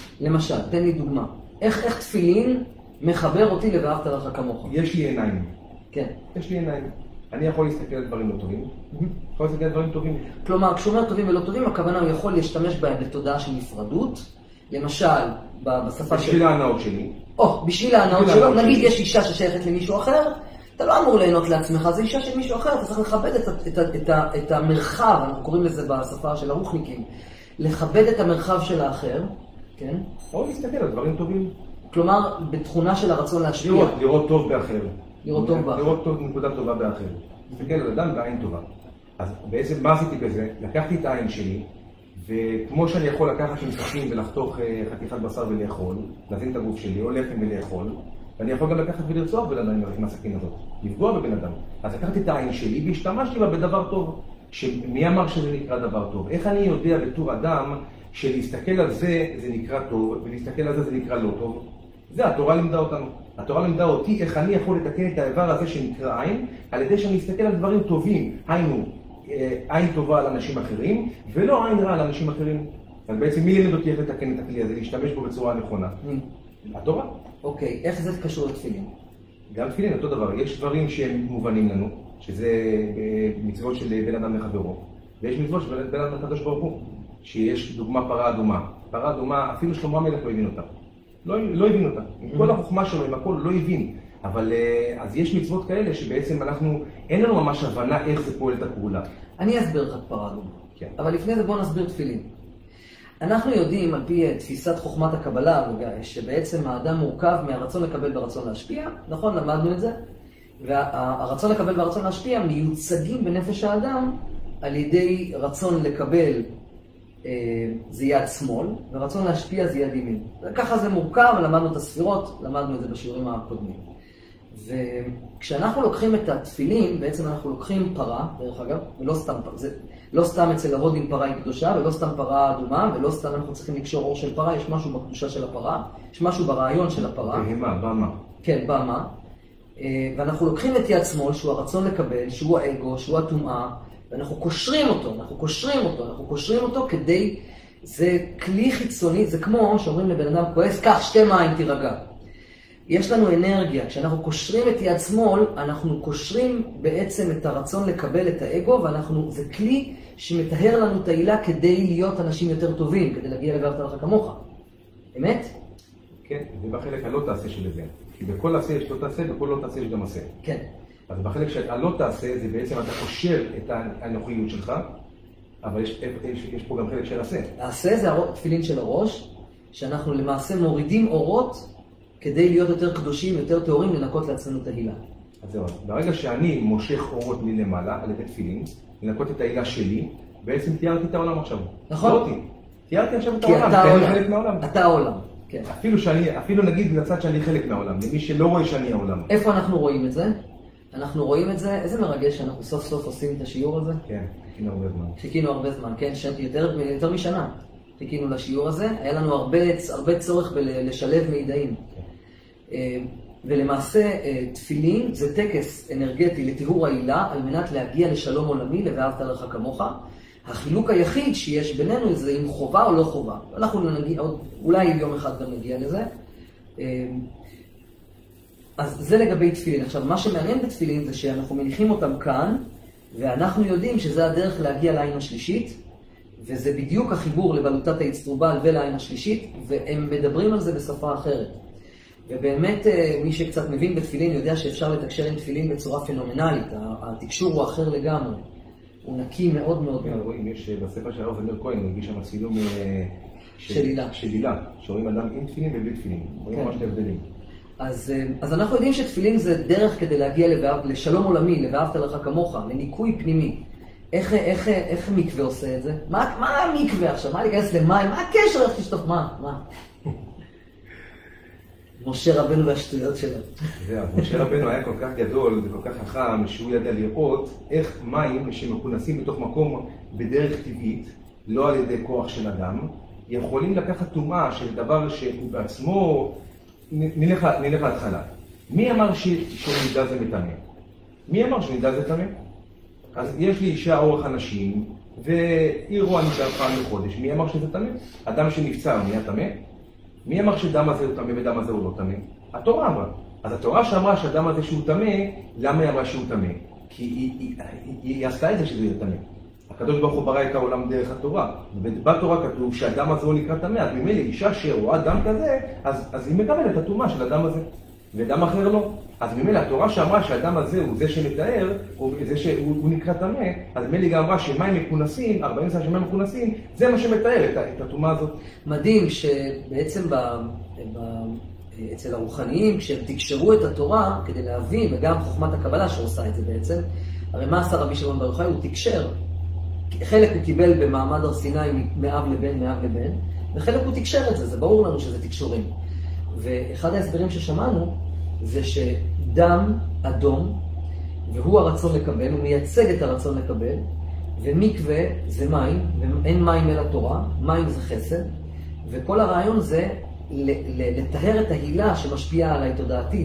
Speaker 1: למשל, תן לי דוגמה. איך תפילין מחבר אותי לואהבת לרעך כמוך?
Speaker 2: יש לי עיניים.
Speaker 1: כן.
Speaker 2: יש לי עיניים. אני יכול להסתכל על דברים לא טובים. יכול להסתכל על דברים טובים.
Speaker 1: כלומר, כשהוא אומר טובים ולא טובים, הכוונה הוא יכול להשתמש בהם לתודעה של נפרדות. למשל, בשפה של...
Speaker 2: בשביל ההנאות שלי.
Speaker 1: בשביל ההנאות שלו. נגיד, יש אישה ששייכת למישהו אחר, אתה לא אמור ליהנות לעצמך, זו אישה של מישהו אחר, אתה צריך לכבד את המרחב, אנחנו קוראים לזה בשפה של הרוחניקים, לכבד את המרחב של האחר, כן?
Speaker 2: או להסתכל על דברים טובים.
Speaker 1: כלומר, בתכונה של הרצון להשפיע.
Speaker 2: לראות טוב באחר.
Speaker 1: לראות טוב באחר.
Speaker 2: לראות טוב נקודה טובה באחר. להסתכל על אדם בעין טובה. אז בעצם מה עשיתי בזה? לקחתי את העין שלי, וכמו שאני יכול לקחת עם סכין ולחתוך חתיכת בשר ולאכול, להזין את הגוף שלי, או לחם ולאכול, ואני יכול גם לקחת ולרצוח בן אדם עם הסכין הזאת, לפגוע בבן אדם. אז לקחתי את העין שלי והשתמשתי בה בדבר טוב. מי אמר שזה נקרא דבר טוב? איך אני יודע בתור אדם שלהסתכל על זה זה נקרא טוב, ולהסתכל על זה זה נקרא לא טוב? זה התורה לימדה אותנו. התורה לימדה אותי איך אני יכול לתקן את האיבר הזה שנקרא עין, על ידי שאני אסתכל על דברים טובים, היינו, עין טובה על אנשים אחרים, ולא עין רע על אנשים אחרים. אז בעצם מי לימד אותי איך לתקן את הכלי הזה, להשתמש בו בצורה נכונה? התורה.
Speaker 1: אוקיי, איך זה קשור לתפילין?
Speaker 2: גם תפילין, אותו דבר. יש דברים שהם מובנים לנו, שזה מצוות של בן אדם לחברו, ויש מצוות של בן אדם לקדוש ברוך הוא, שיש דוגמה פרה אדומה. פרה אדומה, אפילו שלמה המלך לא הבין אותה. לא הבין אותה. עם כל החוכמה שלו, עם הכל, לא הבין. אבל אז יש מצוות כאלה שבעצם אין לנו ממש הבנה איך זה פועל את הפעולה.
Speaker 1: אני אסביר לך פרה אדומה.
Speaker 2: כן.
Speaker 1: אבל לפני זה בואו נסביר תפילין. אנחנו יודעים, על פי תפיסת חוכמת הקבלה, שבעצם האדם מורכב מהרצון לקבל והרצון להשפיע. נכון, למדנו את זה. והרצון לקבל והרצון להשפיע מיוצגים בנפש האדם על ידי רצון לקבל זה יד שמאל, ורצון להשפיע זה יד ימין. וככה זה מורכב, למדנו את הספירות, למדנו את זה בשיעורים הקודמים. וכשאנחנו לוקחים את התפילין, בעצם אנחנו לוקחים פרה, דרך אגב, ולא סתם פרה, זה לא סתם אצל ההודים פרה היא קדושה, ולא סתם פרה אדומה, ולא סתם אנחנו צריכים לקשור אור של פרה, יש משהו בקדושה של הפרה, יש משהו ברעיון של הפרה.
Speaker 2: בהמה, במה.
Speaker 1: כן, במה. ואנחנו לוקחים את יד שמאל, שהוא הרצון לקבל, שהוא האגו, שהוא הטומאה, ואנחנו קושרים אותו כדי, זה כלי חיצוני, זה כמו שאומרים לבן אדם כועס, קח שתי מים תירגע. יש לנו אנרגיה, כשאנחנו קושרים את יד שמאל, אנחנו קושרים בעצם את הרצון לקבל את האגו, זה כלי שמטהר לנו את העילה כדי להיות אנשים יותר טובים, כדי להגיע לגרת לך כמוך. אמת?
Speaker 2: כן, זה בחלק הלא תעשה של זה. כי בכל עשה יש לא תעשה, בכל לא תעשה יש גם עשה.
Speaker 1: כן.
Speaker 2: אז בחלק שהלא תעשה, זה בעצם אתה קושר את הנוחיות שלך, אבל יש פה גם חלק של עשה.
Speaker 1: העשה זה תפילין של הראש, שאנחנו למעשה מורידים אורות, כדי להיות יותר קדושים, יותר טהורים, לנקות לעצמנו את ההילה.
Speaker 2: אז זהו, ברגע שאני מושך אורות מלמעלה, על ידי תפילין, לנקות את ההילה שלי, בעצם תיארתי את העולם עכשיו.
Speaker 1: נכון.
Speaker 2: לא אותי. תיארתי עכשיו את
Speaker 1: כי
Speaker 2: העולם,
Speaker 1: אתה
Speaker 2: אני חלק מהעולם.
Speaker 1: אתה העולם, כן.
Speaker 2: אפילו נגיד לצד שאני חלק מהעולם, למי שלא רואה שאני העולם.
Speaker 1: איפה אנחנו רואים את זה? אנחנו רואים את זה, איזה מרגש שאנחנו סוף סוף עושים את השיעור הזה?
Speaker 2: כן, חיכינו הרבה זמן.
Speaker 1: חיכינו הרבה זמן, כן, יותר משנה. חיכינו לשיעור הזה, היה לנו הרבה צורך לשלב מידעים. ולמעשה תפילין זה טקס אנרגטי לטיהור העילה על מנת להגיע לשלום עולמי, ל"ואהבת לרעך כמוך". החילוק היחיד שיש בינינו זה אם חובה או לא חובה. אנחנו נגיע, אולי יום אחד גם נגיע לזה. אז זה לגבי תפילין. עכשיו, מה שמעניין בתפילין זה שאנחנו מניחים אותם כאן, ואנחנו יודעים שזה הדרך להגיע לעין השלישית, וזה בדיוק החיבור לבלוטת האצטרובל ולעין השלישית, והם מדברים על זה בשפה אחרת. ובאמת, מי שקצת מבין בתפילין יודע שאפשר לתקשר עם תפילין בצורה פנומנלית. התקשור הוא אחר לגמרי. הוא נקי מאוד מאוד.
Speaker 2: כן, רואים, יש בספר של הרב זמיר כהן, הוא הגיש שם צילום
Speaker 1: של הילה.
Speaker 2: שרואים אדם עם תפילין ובלי תפילין. רואים ממש את ההבדלים.
Speaker 1: אז אנחנו יודעים שתפילין זה דרך כדי להגיע לשלום עולמי, ל"ואהבת לרעך כמוך", לניקוי פנימי. איך מקווה עושה את זה? מה המקווה עכשיו? מה להיכנס למים? מה הקשר? איך תשטוף? מה? משה רבנו והשטויות שלו.
Speaker 2: משה רבנו היה כל כך גדול וכל כך חכם שהוא ידע לראות איך מים שמכונסים בתוך מקום בדרך טבעית, לא על ידי כוח של אדם, יכולים לקחת טומאה של דבר שבעצמו, נלך להתחלה. מי אמר שנידה זה מטמא? מי אמר שנידה זה טמא? אז יש לי אישה אורך אנשים, והיא רואה נידה פעם בחודש. מי אמר שזה טמא? אדם שנפצע נהיה טמא? מי אמר שדם הזה הוא טמא ודם הזה הוא לא טמא? התורה אמרה. אז התורה שאמרה שהאדם הזה שהוא טמא, למה היא אמרה שהוא טמא? כי היא עשתה את זה שזה יהיה טמא. הקדוש ברוך הוא ברא את העולם דרך התורה, ובתורה כתוב שהאדם הזה הוא נקרא טמא, אז ממילא אישה שרואה דם כזה, אז היא מקבלת את הטומאה של האדם הזה, ואדם אחר לא. אז ממילא התורה שאמרה שהאדם הזה הוא זה שמתאר, זה שהוא נקרא טמא, אז ממילא גם אמרה שמים מכונסים, 40 שנה שמים מכונסים, זה מה שמתאר את הטומאה הזאת.
Speaker 1: מדהים שבעצם אצל הרוחניים, כשהם תקשרו את התורה כדי להבין, וגם חוכמת הקבלה שעושה את זה בעצם, הרי מה עשה רבי שמעון בר יוחאי? הוא תקשר. חלק הוא קיבל במעמד הר סיני מאב לבן, וחלק הוא תקשר את זה, זה ברור לנו שזה תקשורים. ואחד ההסברים ששמענו זה שדם אדום, והוא הרצון לקבל, הוא מייצג את הרצון לקבל, ומקווה זה מים, ואין מים אל התורה, מים זה חסד, וכל הרעיון זה לטהר את ההילה שמשפיעה עליי תודעתית.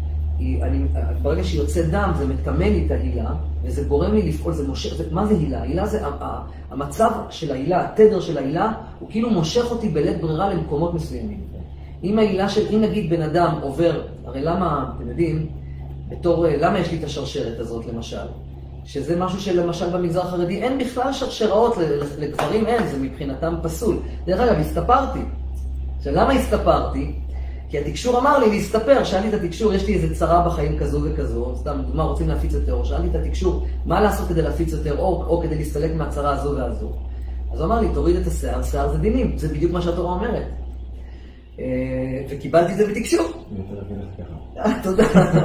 Speaker 1: ברגע שיוצא דם זה מטמא לי את ההילה, וזה גורם לי לפעול, זה מושך, מה זה הילה? הילה זה המצב של ההילה, התדר של ההילה, הוא כאילו מושך אותי בלית ברירה למקומות מסוימים. אם ההילה של, אם נגיד בן אדם עובר, הרי למה, אתם יודעים, למה יש לי את השרשרת הזאת למשל? שזה משהו שלמשל במגזר החרדי אין בכלל שרשראות, לגברים אין, זה מבחינתם פסול. דרך אגב, הסתפרתי. עכשיו, למה הסתפרתי? כי התקשור אמר לי להסתפר, שאלתי את התקשור, יש לי איזה צרה בחיים כזו וכזו, סתם דוגמה, רוצים להפיץ יותר אור, שאלתי את התקשור, מה לעשות כדי להפיץ יותר אור, או כדי להסתלק מהצרה הזו והזו. אז הוא אמר לי, תוריד את השיער, שיער זה דינים, זה בדיוק מה שהתורה אומרת. וקיבלתי את זה בתקשור. תודה.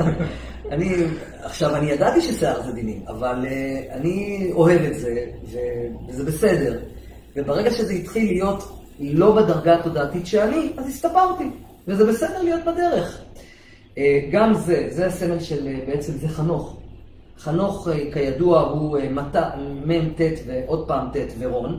Speaker 1: עכשיו, אני ידעתי ששיער זה דינים, אבל אני אוהב את זה, וזה בסדר. וברגע שזה התחיל להיות לא בדרגה התודעתית שאני, אז הסתפרתי. וזה בסדר להיות בדרך. גם זה הסמל של, בעצם זה חנוך. חנוך, כידוע, הוא מ"ם ט' ועוד פעם ט' ורון.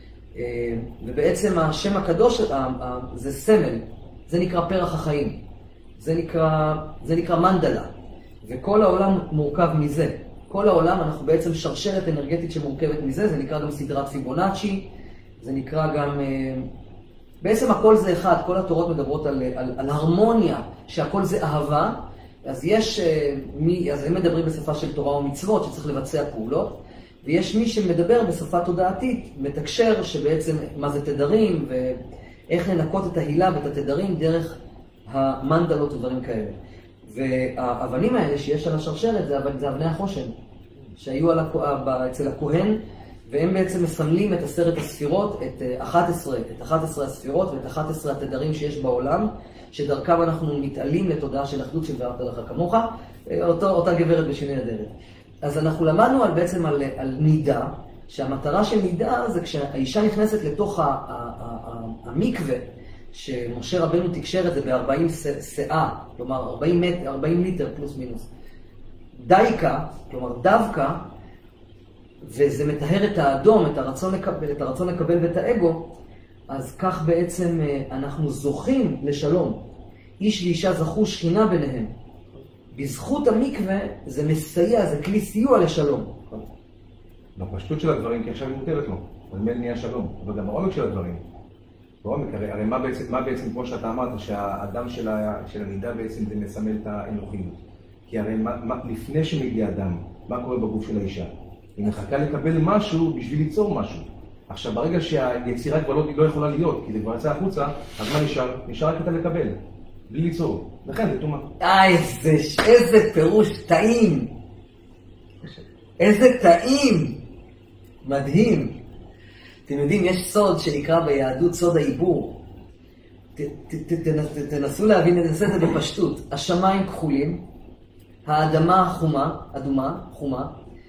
Speaker 1: ובעצם השם הקדוש, זה סמל. זה נקרא פרח החיים. זה נקרא מנדלה. וכל העולם מורכב מזה. כל העולם, אנחנו בעצם שרשרת אנרגטית שמורכבת מזה. זה נקרא גם סדרת פיבונאצ'י. זה נקרא גם... בעצם הכל זה אחד, כל התורות מדברות על הרמוניה, שהכל זה אהבה, אז אז הם מדברים בשפה של תורה ומצוות, שצריך לבצע פעולות, ויש מי שמדבר בשפה תודעתית, מתקשר שבעצם מה זה תדרים, ואיך לנקות את ההילה ואת התדרים דרך המנדלות ודברים כאלה. והאבנים האלה שיש על השרשרת, זה אבני החושן, שהיו אצל הכהן, והם בעצם מסמלים את 10 הספירות, את 11 הספירות ואת 11 התדרים שיש בעולם, שדרכם אנחנו מתעלים לתודעה של אחדות של ואהבת לך כמוך, אותה גברת בשינוי אדרת. אז אנחנו למדנו בעצם על נידה, שהמטרה של נידה זה כשהאישה נכנסת לתוך המקווה, שמשה רבנו תקשר את זה ב-40 שאה, כלומר 40 ליטר פלוס מינוס. דייקה, כלומר דווקא, וזה מטהר את האדום, את הרצון לקבל ואת האגו, אז כך בעצם אנחנו זוכים לשלום. איש ואישה זכו שכינה ביניהם. בזכות המקווה זה מסייע, זה כלי סיוע לשלום.
Speaker 2: בפשטות של הדברים, כי עכשיו היא מותרת לו, אז מי נהיה שלום, אבל גם העומק של הדברים. בעומק, הרי מה בעצם, כמו שאתה אמרת, שהאדם של הנידה בעצם זה מסמל את האנוכיות. כי הרי לפני שמגיע אדם, מה קורה בגוף של האישה? היא מחכה לקבל משהו בשביל ליצור משהו. עכשיו, ברגע שהיצירה כבר לא יכולה להיות, כי זה כבר יצא החוצה, אז מה נשאר? נשאר רק אתה לקבל, בלי ליצור. לכן זה טומאה.
Speaker 1: איזה פירוש טעים. איזה טעים. מדהים. אתם יודעים, יש סוד שנקרא ביהדות סוד העיבור. תנסו להבין, ננסה את זה בפשטות. השמיים כחולים, האדמה אדומה, חומה,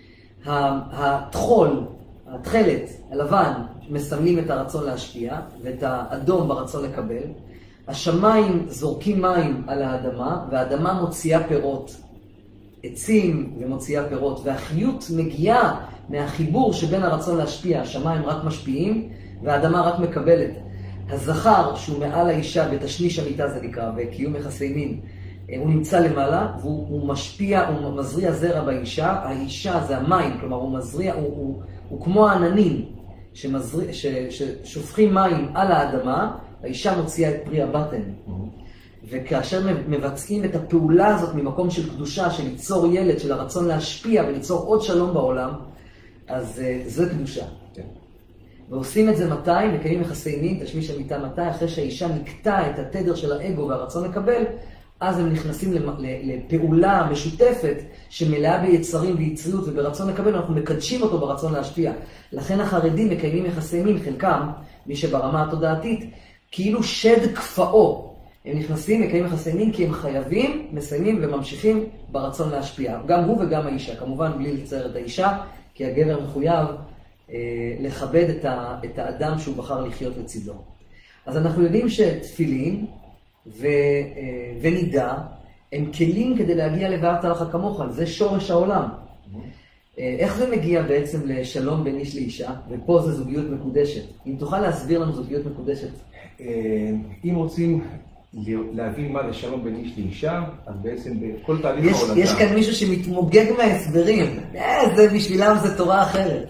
Speaker 1: התכלת, הלבן, מסמלים את הרצון להשפיע, ואת האדום ברצון לקבל. השמיים זורקים מים על האדמה, והאדמה מוציאה פירות. עצים ומוציאה פירות, והחיות מגיעה מהחיבור שבין הרצון להשפיע. השמיים רק משפיעים, והאדמה רק מקבלת. הזכר, שהוא מעל האישה, בתשניש המיטה זה נקרא, בקיום יחסי מין, הוא נמצא למעלה, והוא משפיע, הוא מזריע זרע באישה. האישה זה המים, כלומר הוא מזריע, הוא כמו העננים ששופכים מים על האדמה, האישה מוציאה את פרי הבטן. וכאשר מבצעים את הפעולה הזאת ממקום של קדושה, של ליצור ילד, של הרצון להשפיע וליצור עוד שלום בעולם, אז זו קדושה.
Speaker 2: כן.
Speaker 1: ועושים את זה מתי? מקיימים יחסי מין, תשמיש המיטה מתי? אחרי שהאישה נקטע את התדר של האגו והרצון לקבל, אז הם נכנסים לפעולה משותפת שמלאה ביצרים ויצריות וברצון לקבל, ואנחנו מקדשים אותו ברצון להשפיע. לכן החרדים מקיימים יחסי מין, חלקם, מי שברמה התודעתית, כאילו שד כפאו. הם נכנסים, מקיימים יחסי מין כי הם חייבים, מסיימים וממשיכים ברצון להשפיע. גם הוא וגם האישה, כמובן בלי לצייר את האישה, כי הגבר מחויב לכבד את האדם שהוא בחר לחיות לצידו. אז אנחנו יודעים שתפילין ונידה הם כלים כדי להגיע לבעת הלכה כמוך, זה שורש העולם. איך זה מגיע בעצם לשלום בין איש לאישה? ופה זה זוגיות מקודשת. אם תוכל להסביר לנו זוגיות מקודשת?
Speaker 2: אם רוצים להבין מה זה שלום בין איש לאישה, אז בעצם בכל תהליך העולתה...
Speaker 1: יש כאן מישהו שמתמוגג מההסברים. זה בשבילם זה תורה אחרת.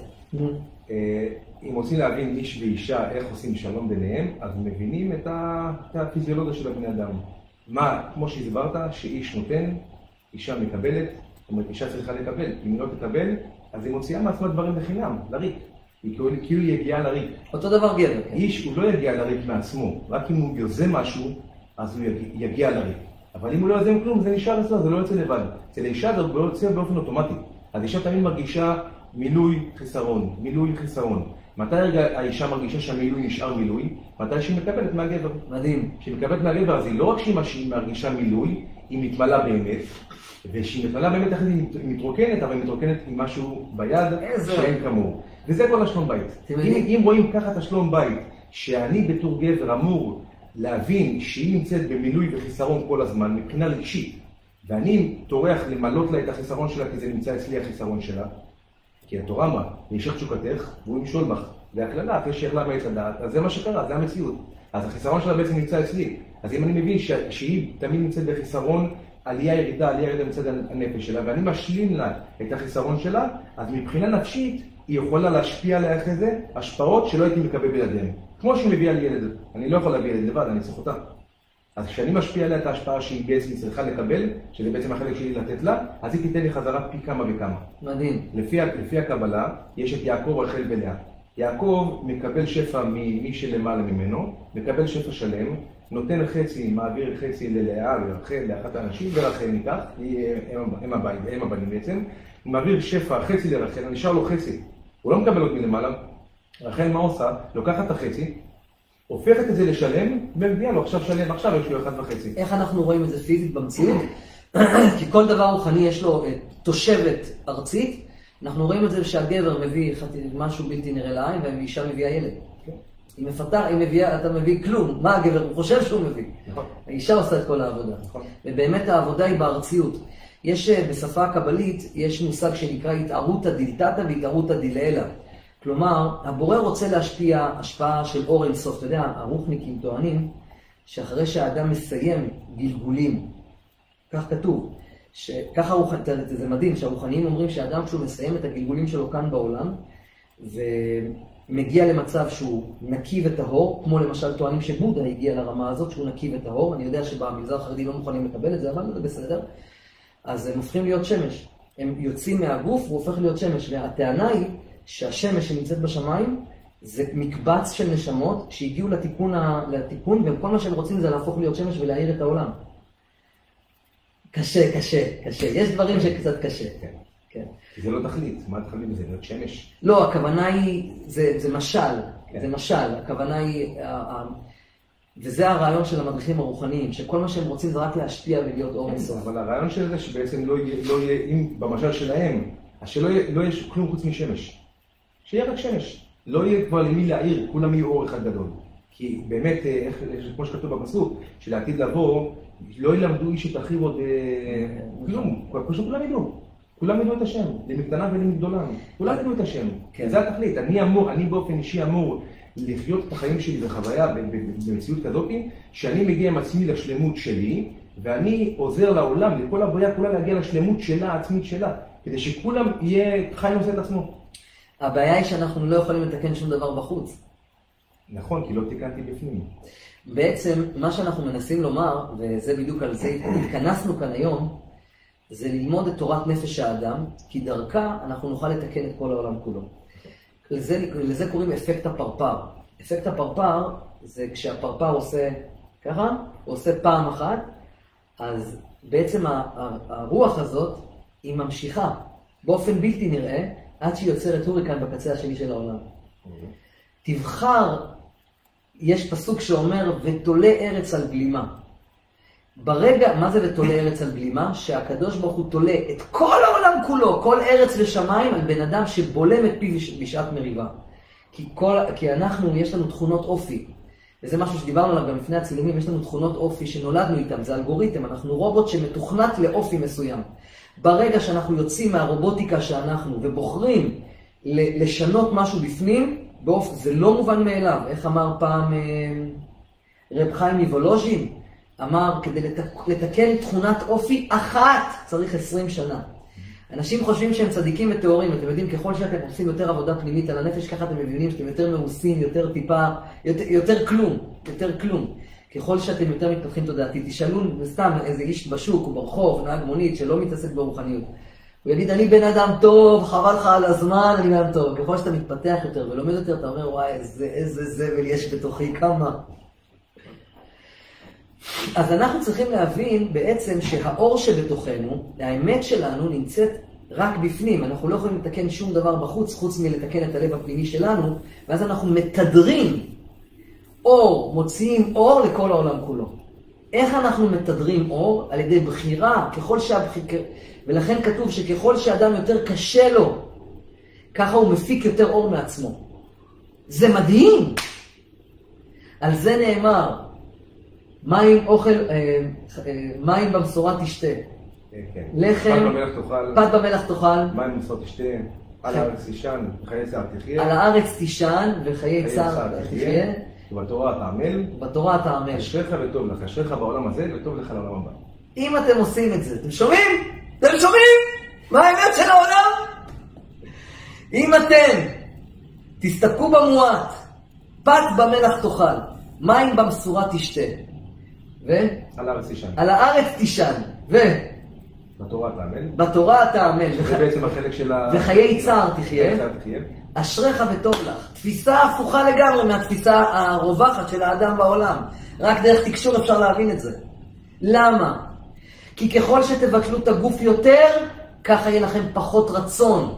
Speaker 2: אם רוצים להבין איש ואישה, איך עושים שלום ביניהם, אז מבינים את הפיזיולוגיה של הבני אדם. מה, כמו שהסברת, שאיש נותן, אישה מקבלת, זאת אומרת, אישה צריכה לקבל. אם היא לא תקבל, אז היא מוציאה מעצמה דברים בחינם, לריק. היא כאילו היא יגיעה לריק.
Speaker 1: אותו דבר גבר.
Speaker 2: איש, הוא לא יגיע לריק מעצמו, רק אם הוא יוזם משהו, אז הוא יגיע לריק. אבל אם הוא לא יוזם כלום, זה נשאר אצלו, זה לא יוצא לבד. אצל האישה זה לא יוצא באופן אוטומטי. אז אישה תמיד מרגישה מילוי חיסרון, מילוי חיסרון. מתי רגע האישה מרגישה שהמילוי נשאר מילוי? מתי שהיא מקבלת מהגבר.
Speaker 1: מדהים.
Speaker 2: כשהיא מקבלת מהגבר, אז היא לא רק שהיא מרגישה מילוי, היא מתמלאה באמת, וכשהיא מתמלאה באמת אחרי היא מתרוקנת, אבל היא מתרוקנת עם משהו ביד שאין כמוהו. וזה כל השלום בית. אם רואים ככה את השלום בית, שאני בתור גבר אמור להבין שהיא נמצאת במילוי וחיסרון כל הזמן, מבחינה רגשית, ואני טורח למלות לה את החיסרון שלה, כי זה נמצא אצלי החיסרון שלה, כי התורה אמרה, וישך תשוקתך, והוא ימשול בך. זה הכללה, תשך לה בעת לדעת, אז זה מה שקרה, זה המציאות. אז החיסרון שלה בעצם נמצא אצלי. אז אם אני מבין שהיא תמיד נמצאת בחיסרון, עלייה ירידה מצד הנפש שלה, ואני משלים לה את החיסרון שלה, אז מבחינה נפשית, היא יכולה להשפיע עליה אחרי זה, השפעות שלא הייתי מקבל בלעדיהם. כמו שהיא מביאה לי ילד. אני לא יכול להביא ילד לבד, אני צריך אותה. אז כשאני משפיע עליה את ההשפעה שהיא בעצם צריכה לקבל, שזה בעצם החלק שלי לתת לה, אז היא תיתן לי חזרה פי כמה וכמה.
Speaker 1: מדהים.
Speaker 2: לפי הקבלה, יש את יעקב, רחל ולאה. יעקב מקבל שפע ממי שלמעלה ממנו, מקבל שפע שלם, נותן חצי, מעביר חצי ללאה ורחל, לאחת האנשים, ורחל ניקח, הם הבנים בעצם, הוא מעביר שפע, חצי לרחל, נשאר לו חצי. הוא לא מקבל עוד מלמעלה. רחל מה עושה? לוקחת את החצי, הופכת את זה לשלם, ומביאה לו עכשיו שלם, עכשיו יש לו 1.5.
Speaker 1: איך אנחנו רואים את זה פיזית במציאות? כי כל דבר רוחני יש לו תושבת ארצית, אנחנו רואים את זה שהגבר מביא משהו בלתי נראה לעין, והאישה מביאה ילד. היא מפתח, אתה מביא כלום, מה הגבר? הוא חושב שהוא מביא. האישה עושה את כל העבודה. ובאמת העבודה היא בארציות. יש בשפה הקבלית, יש מושג שנקרא התערותא דילתתא והתערותא דילעילא. כלומר, הבורא רוצה להשפיע השפעה של אור אינסוף. אתה יודע, הרוחניקים טוענים שאחרי שהאדם מסיים גלגולים, כך כתוב, ככה זה מדהים, שהרוחניים אומרים שהאדם כשהוא מסיים את הגלגולים שלו כאן בעולם, ומגיע למצב שהוא נקי וטהור, כמו למשל טוענים שבודה הגיע לרמה הזאת שהוא נקי וטהור, אני יודע שבמגזר החרדי לא מוכנים לקבל את זה, אבל זה בסדר, אז הם הופכים להיות שמש. הם יוצאים מהגוף והוא הופך להיות שמש, והטענה היא שהשמש שנמצאת בשמיים זה מקבץ של נשמות שהגיעו לתיקון, וכל מה שהם רוצים זה להפוך להיות שמש ולהאיר את העולם. קשה. יש דברים שקצת קשה.
Speaker 2: כן. זה לא תכלית. מה התכלית בזה? להיות שמש?
Speaker 1: לא, הכוונה היא, זה משל. זה משל. הכוונה היא, וזה הרעיון של המדריכים הרוחניים, שכל מה שהם רוצים זה רק להשפיע ולהיות אור אינסוף.
Speaker 2: אבל הרעיון של זה שבעצם לא יהיה, אם במשל שלהם, אז שלא יהיה כלום חוץ משמש. שיהיה רק שמש. לא יהיה כבר למי להעיר, כולם יהיו אור אחד גדול. כי באמת, כמו שכתוב בפסוק, שלעתיד לבוא, לא ילמדו איש את אחיו עוד כלום. פשוט כולם ידעו. כולם ידעו את השם, למקטנה ולמגדולה. כולם ידעו את השם. זה התכלית. אני באופן אישי אמור לחיות את החיים שלי בחוויה, במציאות כזאת, שאני מגיע עם עצמי לשלמות שלי, ואני עוזר לעולם, לכל הבריאה כולה להגיע לשלמות שלה, העצמית שלה, כדי שכולם יהיה חי נושא את עצמו.
Speaker 1: הבעיה היא שאנחנו לא יכולים לתקן שום דבר בחוץ.
Speaker 2: נכון, כי לא תיקנתי בפנים.
Speaker 1: בעצם מה שאנחנו מנסים לומר, וזה בדיוק על זה התכנסנו כאן היום, זה ללמוד את תורת נפש האדם, כי דרכה אנחנו נוכל לתקן את כל העולם כולו. לזה קוראים אפקט הפרפר. אפקט הפרפר זה כשהפרפר עושה ככה, הוא עושה פעם אחת, אז בעצם הרוח הזאת היא ממשיכה באופן בלתי נראה, עד שהיא יוצרת הוריקן בקצה השני של העולם. תבחר, יש פסוק שאומר, ותולה ארץ על גלימה. ברגע, מה זה ותולה ארץ על גלימה? שהקדוש ברוך הוא תולה את כל העולם כולו, כל ארץ ושמיים, על בן אדם שבולם את פיו בשעת מריבה. כי אנחנו, יש לנו תכונות אופי. וזה משהו שדיברנו עליו גם לפני הצילומים, יש לנו תכונות אופי שנולדנו איתם, זה אלגוריתם, אנחנו רובוט שמתוכנת לאופי מסוים. ברגע שאנחנו יוצאים מהרובוטיקה שאנחנו ובוחרים לשנות משהו בפנים, זה לא מובן מאליו. איך אמר פעם רב חיים מוולוז'ין? אמר, כדי לתקן תכונת אופי אחת צריך 20 שנה. אנשים חושבים שהם צדיקים וטהורים, אתם יודעים, ככל שאתם עושים יותר עבודה פנימית על הנפש, ככה אתם מבינים שאתם יותר מאוסים, יותר טיפה, יותר כלום. ככל שאתם יותר מתפתחים תודעתית, תשאלו סתם איזה איש בשוק או ברחוב, נהג מונית שלא מתעסק ברוחניות. הוא יגיד, אני בן אדם טוב, חבל לך על הזמן, אני בן אדם טוב. ככל שאתה מתפתח יותר ולומד יותר, אתה אומר, וואי, איזה זבל יש בתוכי, כמה. אז אנחנו צריכים להבין בעצם שהאור שבתוכנו, האמת שלנו נמצאת רק בפנים. אנחנו לא יכולים לתקן שום דבר בחוץ, חוץ מלתקן את הלב הפנימי שלנו, ואז אנחנו מתדרים אור, מוציאים אור לכל העולם כולו. איך אנחנו מתדרים אור? על ידי בחירה, ולכן כתוב שככל שאדם יותר קשה לו, ככה הוא מפיק יותר אור מעצמו. זה מדהים! על זה נאמר, מים במשורה תשתה. לחם, פת במלח תאכל.
Speaker 2: מים במשורה תשתה, על הארץ תישן, וחיי צער תחיה.
Speaker 1: על הארץ תישן, וחיי צער תחיה.
Speaker 2: ובתורה אתה עמל.
Speaker 1: בתורה אתה עמל.
Speaker 2: אשריך וטוב לך, אשריך בעולם הזה וטוב לך לעולם הבא.
Speaker 1: אם אתם עושים את זה, אתם שומעים? אתם שומעים? מה האמת של העולם? אם אתם תסתפקו במועט, פת במלח תאכל, מים במשורה תשתה.
Speaker 2: על הארץ תישן. על
Speaker 1: הארץ תישן.
Speaker 2: בתורה אתה עמל.
Speaker 1: בתורה אתה עמל.
Speaker 2: זה בעצם החלק של
Speaker 1: וחיי צער תחיה. אשריך וטוב לך. תפיסה הפוכה לגמרי מהתפיסה הרווחת של האדם בעולם. רק דרך תקשור אפשר להבין את זה. למה? כי ככל שתבטלו את הגוף יותר, ככה יהיה לכם פחות רצון.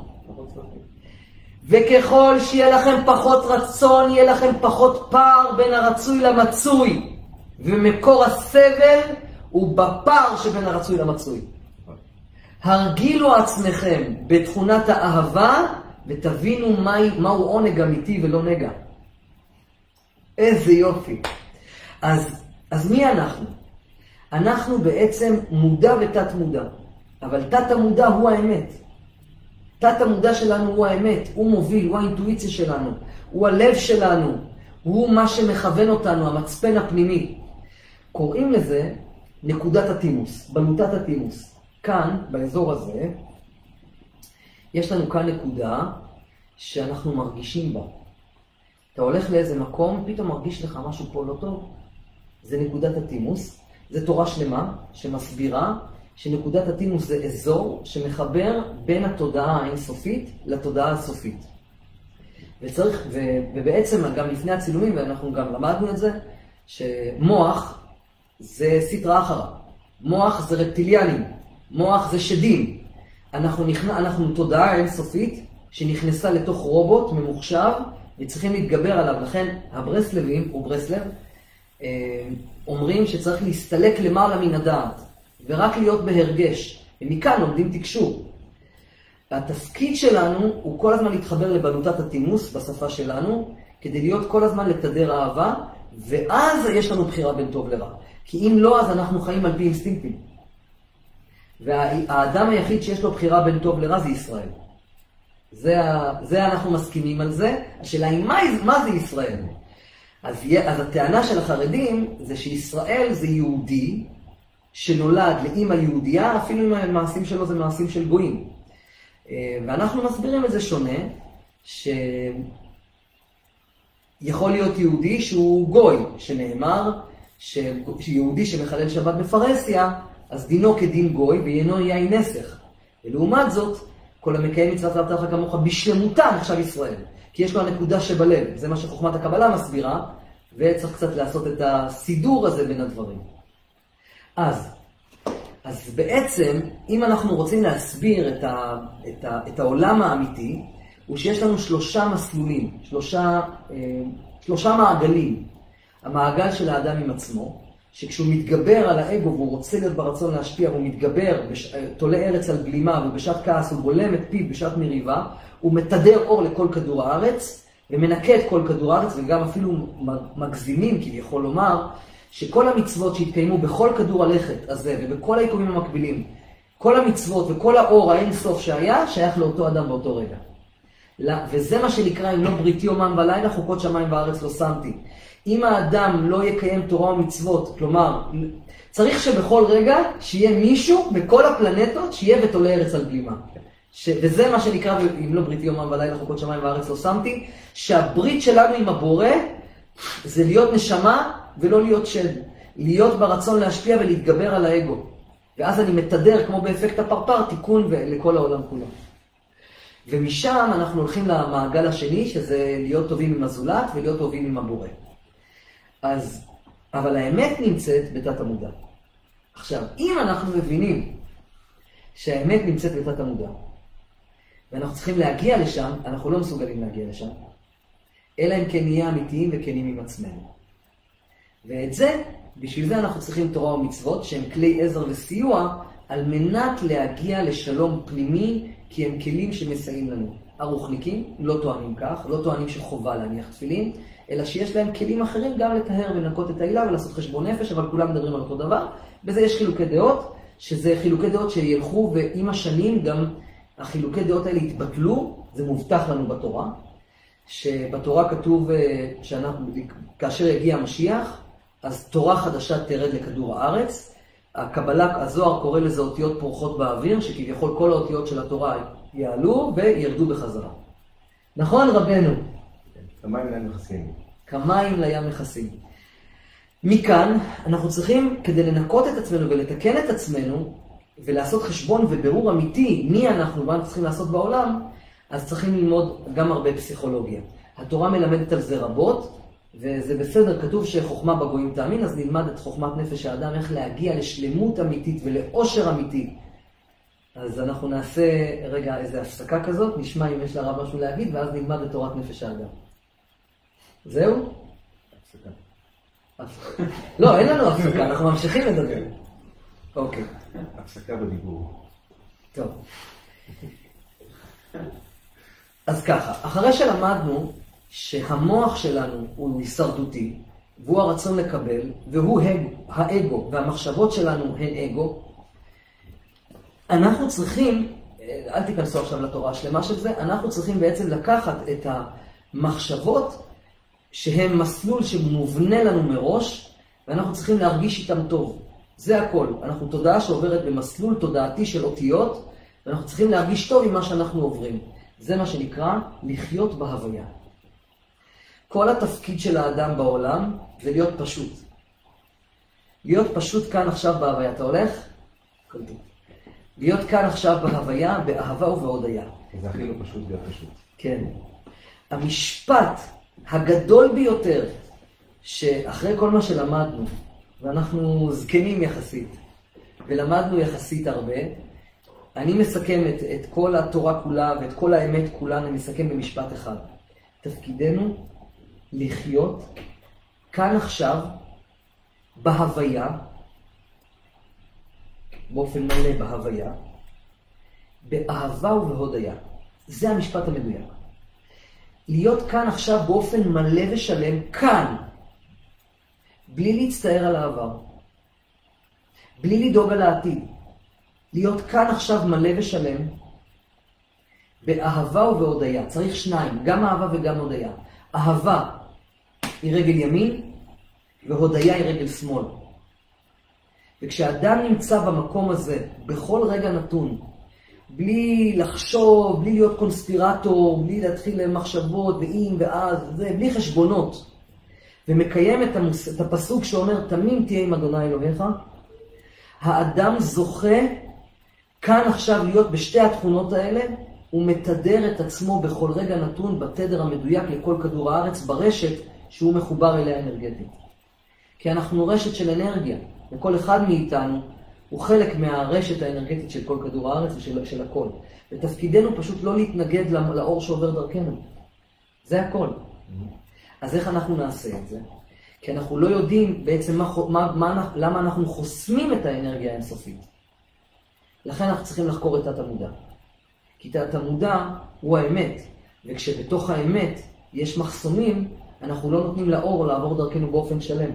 Speaker 1: וככל שיהיה לכם פחות רצון, יהיה לכם פחות פער בין הרצוי למצוי. ומקור הסבל הוא בפער שבין הרצוי למצוי. הרגילו עצמכם בתכונת האהבה, ותבינו מהו עונג אמיתי ולא נגע. איזה יופי. אז מי אנחנו? אנחנו בעצם מודע ותת מודע. אבל תת המודע הוא האמת. תת המודע שלנו הוא האמת. הוא מוביל, הוא האינטואיציה שלנו. הוא הלב שלנו. הוא מה שמכוון אותנו, המצפן הפנימי. קוראים לזה נקודת התימוס, בלוטת התימוס. כאן, באזור הזה, יש לנו כאן נקודה שאנחנו מרגישים בה. אתה הולך לאיזה מקום, פתאום מרגיש לך משהו פה לא טוב. זה נקודת התימוס. זה תורה שלמה שמסבירה שנקודת התימוס זה אזור שמחבר בין התודעה האינסופית לתודעה הסופית. ובעצם גם לפני הצילומים, ואנחנו גם למדנו את זה, שמוח זה סטרא אחרא. מוח זה רפטיליאנים. מוח זה שדים. אנחנו תודעה אינסופית שנכנסה לתוך רובוט ממוחשב וצריכים להתגבר עליו. לכן הברסלבים, או ברסלב, אומרים שצריך להסתלק למעלה מן הדעת ורק להיות בהרגש. ומכאן לומדים תקשור. התפקיד שלנו הוא כל הזמן להתחבר לבלוטת התימוס בשפה שלנו, כדי להיות כל הזמן לתדר אהבה, ואז יש לנו בחירה בין טוב לרע. כי אם לא, אז אנחנו חיים על פי אינסטינקטים. והאדם היחיד שיש לו בחירה בין טוב לרע זה ישראל. זה אנחנו מסכימים על זה. השאלה היא, מה זה ישראל? אז הטענה של החרדים זה שישראל זה יהודי שנולד לאמא יהודייה, אפילו אם המעשים שלו זה מעשים של גויים. ואנחנו מסבירים את זה שונה, יכול להיות יהודי שהוא גוי, שנאמר שיהודי שמחלל שבת בפרהסיה, אז דינו כדין גוי ויינו יין נסך. ולעומת זאת, כל המקיים מצוות ואהבת לרעך כמוך בשלמותה נחשב ישראל. כי יש לו הנקודה שבלב, זה מה שחוכמת הקבלה מסבירה, וצריך קצת לעשות את הסידור הזה בין הדברים. אז בעצם, אם אנחנו רוצים להסביר את העולם האמיתי, הוא שיש לנו 3 מסלולים, 3 מעגלים. המעגל של האדם עם עצמו, שכשהוא מתגבר על האגו והוא רוצה להיות ברצון להשפיע, והוא מתגבר, תולה ארץ על בלימה, ובשעת כעס הוא בולם את פיו בשעת מריבה, הוא מתדר אור לכל כדור הארץ, ומנקה את כל כדור הארץ, וגם אפילו מגזימים, כי יכול לומר, שכל המצוות שהתקיימו בכל כדור הלכת הזה, ובכל היקומים המקבילים, כל המצוות וכל האור האין סוף שהיה, שייך לאותו אדם באותו רגע. וזה מה שנקרא, אם לא בריתי יומם ולילה, חוקות שמיים בארץ לא שמתי. אם האדם לא יקיים תורה ומצוות, כלומר, צריך שבכל רגע שיהיה מישהו בכל הפלנטות שיהיה ותולה ארץ על בלימה. וזה מה שנקרא, אם לא בריתי יומם ולילה, חוקות שמיים בארץ לא שמתי, שהברית שלנו עם הבורא זה להיות נשמה ולא להיות שד. להיות ברצון להשפיע ולהתגבר על האגו. ואז אני מתדר, כמו באפקט הפרפר, תיקון לכל העולם כולו. ומשם אנחנו הולכים למעגל השני, שזה להיות טובים עם הזולת ולהיות טובים עם הבורא. אבל האמת נמצאת בתת המודע. עכשיו, אם אנחנו מבינים שהאמת נמצאת בתת המודע, ואנחנו צריכים להגיע לשם, אנחנו לא מסוגלים להגיע לשם, אלא אם כן נהיה אמיתיים וכנים עם עצמנו. ואת זה, בשביל זה אנחנו צריכים תורה ומצוות, שהם כלי עזר וסיוע, על מנת להגיע לשלום פנימי, כי הם כלים שמסייעים לנו. הרוחניקים לא טוענים כך, לא טוענים שחובה להניח תפילין, אלא שיש להם כלים אחרים גם לטהר ולנקות את העילה ולעשות חשבון נפש, אבל כולם מדברים על אותו דבר. בזה יש חילוקי דעות, שזה חילוקי דעות שילכו, ועם השנים גם החילוקי דעות האלה יתבטלו, זה מובטח לנו בתורה, שבתורה כתוב כאשר יגיע המשיח, אז תורה חדשה תרד לכדור הארץ. הקבלה, הזוהר קורא לזה אותיות פורחות באוויר, שכביכול כל האותיות של התורה יעלו וירדו בחזרה. נכון רבנו?
Speaker 2: כמים לים מכסים.
Speaker 1: כמים לים מכסים. מכאן אנחנו צריכים, כדי לנקות את עצמנו ולתקן את עצמנו, ולעשות חשבון ובירור אמיתי מי אנחנו, מה אנחנו צריכים לעשות בעולם, אז צריכים ללמוד גם הרבה פסיכולוגיה. התורה מלמדת על זה רבות, וזה בסדר, כתוב שחוכמה בגויים תאמין, אז נלמד את חוכמת נפש האדם, איך להגיע לשלמות אמיתית ולאושר אמיתי. אז אנחנו נעשה רגע איזו הפסקה כזאת, נשמע אם יש לרב משהו להגיד, ואז נלמד את תורת נפש האדם. זהו? הפסקה. לא, אין לנו הפסקה, אנחנו ממשיכים לדבר. אוקיי.
Speaker 2: הפסקה בדיבור.
Speaker 1: טוב. אז ככה, אחרי שלמדנו שהמוח שלנו הוא הישרדותי, והוא הרצון לקבל, והוא האגו, והמחשבות שלנו הן אגו, אנחנו צריכים, אל תיכנסו עכשיו לתורה השלמה של זה, אנחנו צריכים בעצם לקחת את המחשבות שהן מסלול שמובנה לנו מראש, ואנחנו צריכים להרגיש איתם טוב. זה הכל. אנחנו תודעה שעוברת במסלול תודעתי של אותיות, ואנחנו צריכים להרגיש טוב עם מה שאנחנו עוברים. זה מה שנקרא לחיות בהוויה. כל התפקיד של האדם בעולם זה להיות פשוט. להיות פשוט כאן עכשיו בהוויה. אתה הולך? כל טוב. להיות כאן עכשיו בהוויה, באהבה ובהודיה.
Speaker 2: זה הכי לא פשוט להיות פשוט.
Speaker 1: כן. המשפט הגדול ביותר, שאחרי כל מה שלמדנו, ואנחנו זקנים יחסית, ולמדנו יחסית הרבה, אני מסכם את כל התורה כולה ואת כל האמת כולה, אני מסכם במשפט אחד. תפקידנו לחיות כאן עכשיו בהוויה, באופן מלא בהוויה, באהבה ובהודיה. זה המשפט המדויק. להיות כאן עכשיו באופן מלא ושלם, כאן, בלי להצטער על העבר, בלי לדאוג על העתיד. להיות כאן עכשיו מלא ושלם, באהבה ובהודיה. צריך שניים, גם אהבה וגם הודיה. אהבה היא רגל ימין, והודיה היא רגל שמאל. וכשאדם נמצא במקום הזה, בכל רגע נתון, בלי לחשוב, בלי להיות קונספירטור, בלי להתחיל למחשבות ואם ואז, זה, בלי חשבונות, ומקיים את הפסוק שאומר, תמים תהיה עם אדוני אלוהיך, האדם זוכה כאן עכשיו להיות בשתי התכונות האלה, הוא מתדר את עצמו בכל רגע נתון בתדר המדויק לכל כדור הארץ, ברשת שהוא מחובר אליה אנרגטית. כי אנחנו רשת של אנרגיה, וכל אחד מאיתנו הוא חלק מהרשת האנרגטית של כל כדור הארץ ושל הכל. ותפקידנו פשוט לא להתנגד לאור שעובר דרכנו. זה הכל. אז איך אנחנו נעשה את זה? כי אנחנו לא יודעים בעצם למה אנחנו חוסמים את האנרגיה האינסופית. לכן אנחנו צריכים לחקור את תת המודע. כי תת המודע הוא האמת, וכשבתוך האמת יש מחסומים, אנחנו לא נותנים לאור לעבור דרכנו באופן שלם.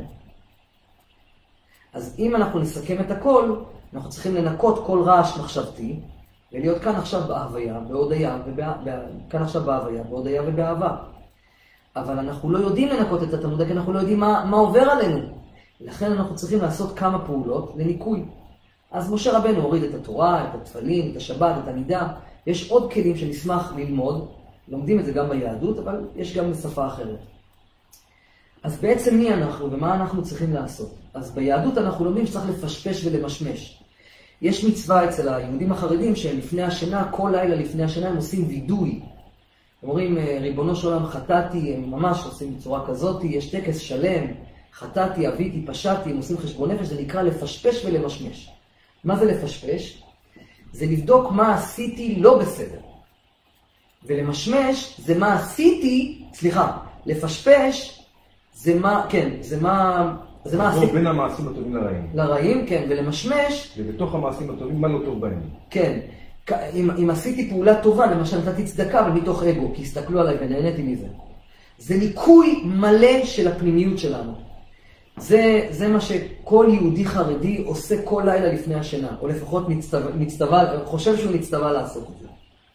Speaker 1: אז אם אנחנו נסכם את הכל, אנחנו צריכים לנקות כל רעש מחשבתי, ולהיות כאן עכשיו בהוויה, בהודיה, כאן עכשיו בהוויה, בהודיה ובאהבה. אבל אנחנו לא יודעים לנקות את תת המודע, כי אנחנו לא יודעים מה עובר עלינו. לכן אנחנו צריכים לעשות כמה פעולות לניקוי. אז משה רבנו הוריד את התורה, את התפלים, את השבת, את הנידה. יש עוד כלים שנשמח ללמוד, לומדים את זה גם ביהדות, אבל יש גם בשפה אחרת. אז בעצם מי אנחנו ומה אנחנו צריכים לעשות? אז ביהדות אנחנו לומדים שצריך לפשפש ולמשמש. יש מצווה אצל היהודים החרדים שהם לפני השינה, כל לילה לפני השינה הם עושים וידוי. הם אומרים, ריבונו של עולם חטאתי, הם ממש עושים בצורה כזאת, יש טקס שלם, חטאתי, אביתי, פשעתי, הם עושים חשבון נפש, זה נקרא לפשפש ולמשמש. מה זה לפשפש? זה לבדוק מה עשיתי לא בסדר. ולמשמש זה מה עשיתי, לפשפש זה מה, כן, זה מה עשיתי.
Speaker 2: בין המעשים הטובים לרעים.
Speaker 1: לרעים, כן, ולמשמש.
Speaker 2: ובתוך המעשים הטובים, מה לא טוב בהם.
Speaker 1: כן, אם עשיתי פעולה טובה, למשל נתתי צדקה, אבל מתוך אגו, כי הסתכלו עליי ונהניתי מזה. זה ניקוי מלא של הפנימיות שלנו. זה מה שכל יהודי חרדי עושה כל לילה לפני השינה, או לפחות חושב שהוא נצטווה לעשות את זה.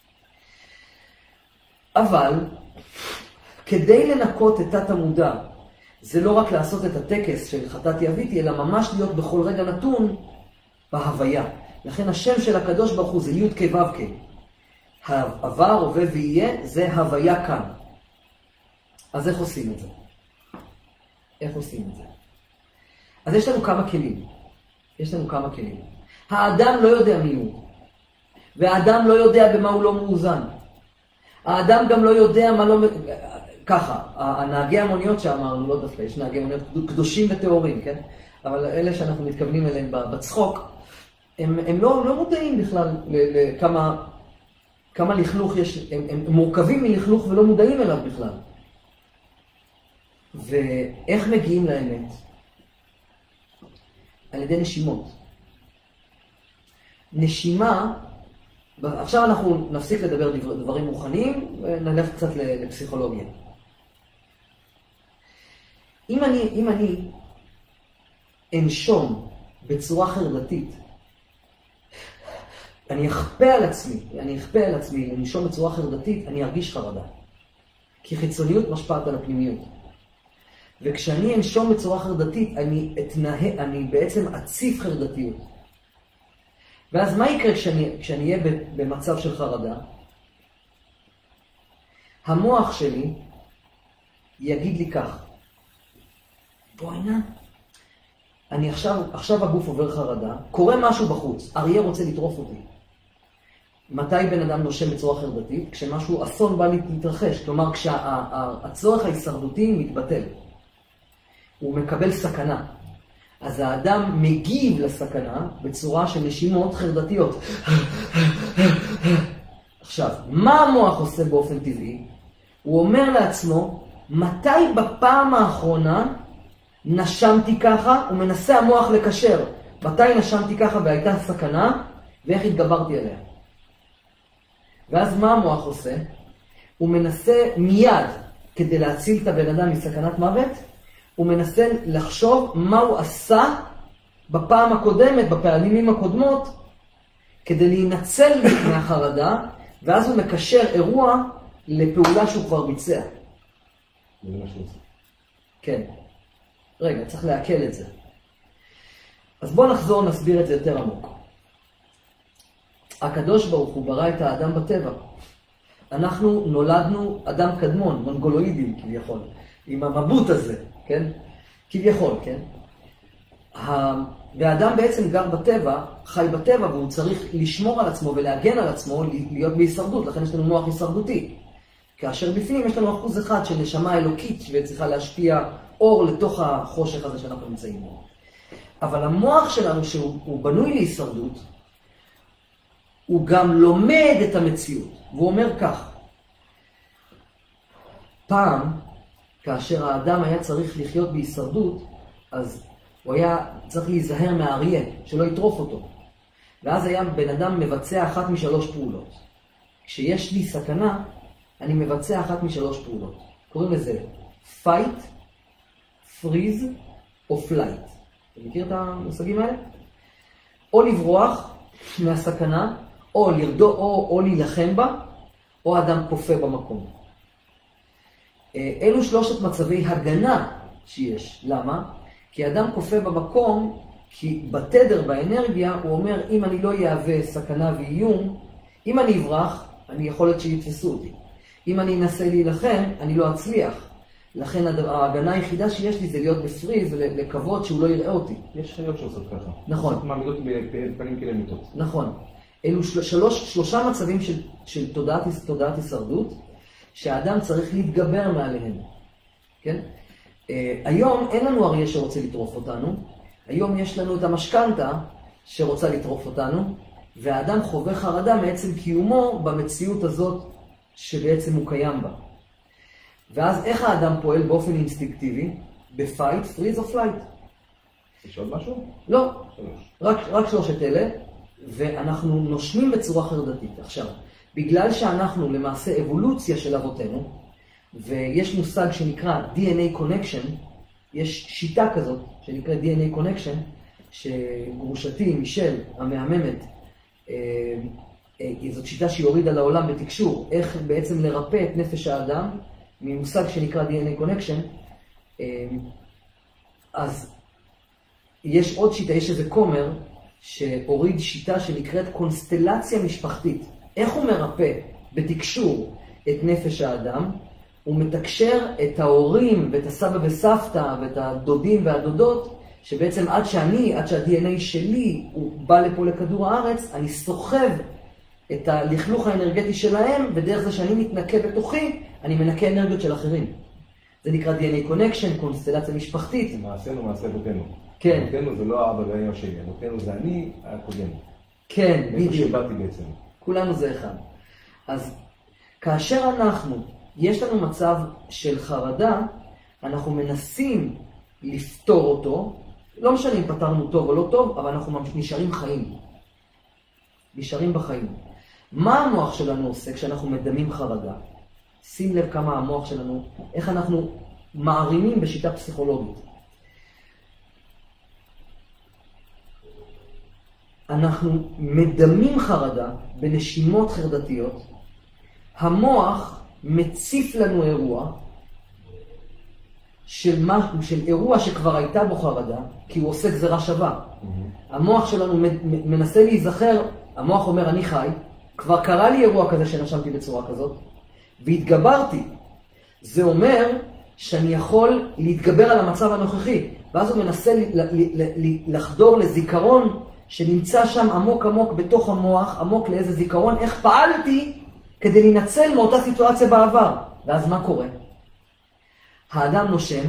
Speaker 1: אבל, כדי לנקות את תת המודע, זה לא רק לעשות את הטקס של חטאתי אביתי, אלא ממש להיות בכל רגע נתון בהוויה. לכן השם של הקדוש ברוך הוא זה י' כ' ו' כ'. העבר, הווה ויהיה, זה הוויה כאן. אז איך עושים את זה? אז יש לנו כמה כלים. האדם לא יודע מי הוא. והאדם לא יודע במה הוא לא מאוזן. האדם גם לא יודע מה לא... ככה, הנהגי המוניות שאמרנו, לא דווקא, יש נהגי מוניות קדושים וטהורים, כן? אבל אלה שאנחנו מתכוונים אליהם בצחוק, הם לא מודעים בכלל כמה לכלוך יש, הם מורכבים מלכלוך ולא מודעים אליו בכלל. ואיך מגיעים לאמת? על ידי נשימות. נשימה, עכשיו אנחנו נפסיק לדבר דברים רוחניים ונלך קצת לפסיכולוגיה. אם אני אנשום בצורה חרדתית, אני אכפה על עצמי לנשום בצורה חרדתית, אני ארגיש חרדה. כי חיצוניות משפעת על הפנימיות. וכשאני אנשום בצורה חרדתית, אני בעצם אציף חרדתיות. ואז מה יקרה כשאני אהיה במצב של חרדה? המוח שלי יגיד לי כך, בואינה, אני עכשיו הגוף עובר חרדה, קורה משהו בחוץ, אריה רוצה לטרוף אותי. מתי בן אדם נושם בצורה חרדתית? כשמשהו אסון בא להתרחש, כלומר כשהצורך ההישרדותי מתבטל. הוא מקבל סכנה. אז האדם מגיב לסכנה בצורה של נשימות חרדתיות. עכשיו, מה המוח עושה באופן טבעי? הוא אומר לעצמו, מתי בפעם האחרונה נשמתי ככה? הוא מנסה המוח לקשר. מתי נשמתי ככה והייתה סכנה, ואיך התגברתי עליה? ואז מה המוח עושה? הוא מנסה מיד, כדי להציל את הבן אדם מסכנת מוות, הוא מנסה לחשוב מה הוא עשה בפעם הקודמת, בפעמים הקודמות, כדי להינצל מהחרדה, ואז הוא מקשר אירוע לפעולה שהוא כבר ביצע.
Speaker 2: זה מה שהוא עושה.
Speaker 1: כן. רגע, צריך להקל את זה. אז בואו נחזור, נסביר את זה יותר עמוק. הקדוש ברוך הוא ברא את האדם בטבע. אנחנו נולדנו אדם קדמון, מונגולואידים כביכול, עם המבוט הזה, כן? כביכול, כן? והאדם בעצם גר בטבע, חי בטבע, והוא צריך לשמור על עצמו ולהגן על עצמו, להיות בהישרדות, לכן יש לנו מוח הישרדותי. כאשר בפנים יש לנו 1% של נשמה אלוקית, וצריכה להשפיע אור לתוך החושך הזה שאנחנו נמצאים בו. אבל המוח שלנו, שהוא בנוי להישרדות, הוא גם לומד את המציאות. והוא אומר כך, פעם, כאשר האדם היה צריך לחיות בהישרדות, אז הוא היה צריך להיזהר מהאריה, שלא יטרוף אותו. ואז היה בן אדם מבצע 1 מ-3 פעולות. כשיש לי סכנה, אני מבצע 1 מ-3 פעולות. קוראים לזה fight, freeze או flight. אתה מכיר את המושגים האלה? או לברוח מהסכנה, או לרדוא, או להילחם בה, או אדם קופא במקום. אלו 3 מצבי הגנה שיש. למה? כי אדם קופא במקום, כי בתדר, באנרגיה, הוא אומר, אם אני לא יהווה סכנה ואיום, אם אני אברח, אני יכול להיות שיתפסו אותי. אם אני אנסה להילחם, אני לא אצליח. לכן ההגנה היחידה שיש לי זה להיות בפריז ולקוות שהוא לא יראה אותי.
Speaker 2: יש חיות שעושות ככה.
Speaker 1: נכון.
Speaker 2: עושות מעמידות בפנים כאלה מיטות.
Speaker 1: נכון. אלו 3 מצבים של תודעת הישרדות, שהאדם צריך להתגבר מעליהם. כן? היום אין לנו אריה שרוצה לטרוף אותנו, היום יש לנו את המשכנתה שרוצה לטרוף אותנו, והאדם חווה חרדה מעצם קיומו במציאות הזאת שבעצם הוא קיים בה. ואז איך האדם פועל באופן אינסטינקטיבי? בפייט, פריז או פלייט?
Speaker 2: יש עוד משהו?
Speaker 1: לא, רק 3 אלה, ואנחנו נושמים בצורה חרדתית. עכשיו, בגלל שאנחנו למעשה אבולוציה של אבותינו, ויש מושג שנקרא DNA connection, יש שיטה כזאת שנקראת DNA connection, שגרושתי, מישל, המהממת, זאת שיטה שהיא הורידה לעולם בתקשור, איך בעצם לרפא את נפש האדם, ממושג שנקרא DNA connection. אז יש עוד שיטה, יש איזה כומר, שהוריד שיטה שנקראת קונסטלציה משפחתית. איך הוא מרפא בתקשור את נפש האדם? הוא מתקשר את ההורים ואת הסבא וסבתא ואת הדודים והדודות, שבעצם עד שה-DNA שלי הוא בא לפה לכדור הארץ, אני סוחב את הלכלוך האנרגטי שלהם, ודרך זה שאני מתנקה בתוכי, אני מנקה אנרגיות של אחרים. זה נקרא DNA connection, קונסטלציה משפחתית.
Speaker 2: מעשינו, מעשה אבותינו.
Speaker 1: כן.
Speaker 2: אבותינו זה לא האבא והאמא שלי, אבותינו זה אני הקודם.
Speaker 1: כן,
Speaker 2: בדיוק. איפה שבאתי בעצם.
Speaker 1: כולנו זה אחד. אז כאשר יש לנו מצב של חרדה, אנחנו מנסים לפתור אותו, לא משנה אם פתרנו טוב או לא טוב, אבל אנחנו נשארים חיים. נשארים בחיים. מה המוח שלנו עושה כשאנחנו מדמים חרדה? שים לב כמה המוח שלנו, איך אנחנו מערימים בשיטה פסיכולוגית. אנחנו מדמים חרדה בנשימות חרדתיות, המוח מציף לנו אירוע של אירוע שכבר הייתה בו חרדה, כי הוא עושה גזרה שווה. המוח שלנו מנסה להיזכר, המוח אומר אני חי, כבר קרה לי אירוע כזה שנשמתי בצורה כזאת, והתגברתי. זה אומר שאני יכול להתגבר על המצב הנוכחי, ואז הוא מנסה לחדור לזיכרון שנמצא שם עמוק עמוק בתוך המוח, עמוק לאיזה זיכרון, איך פעלתי כדי להינצל מאותה סיטואציה בעבר. ואז מה קורה? האדם נושם,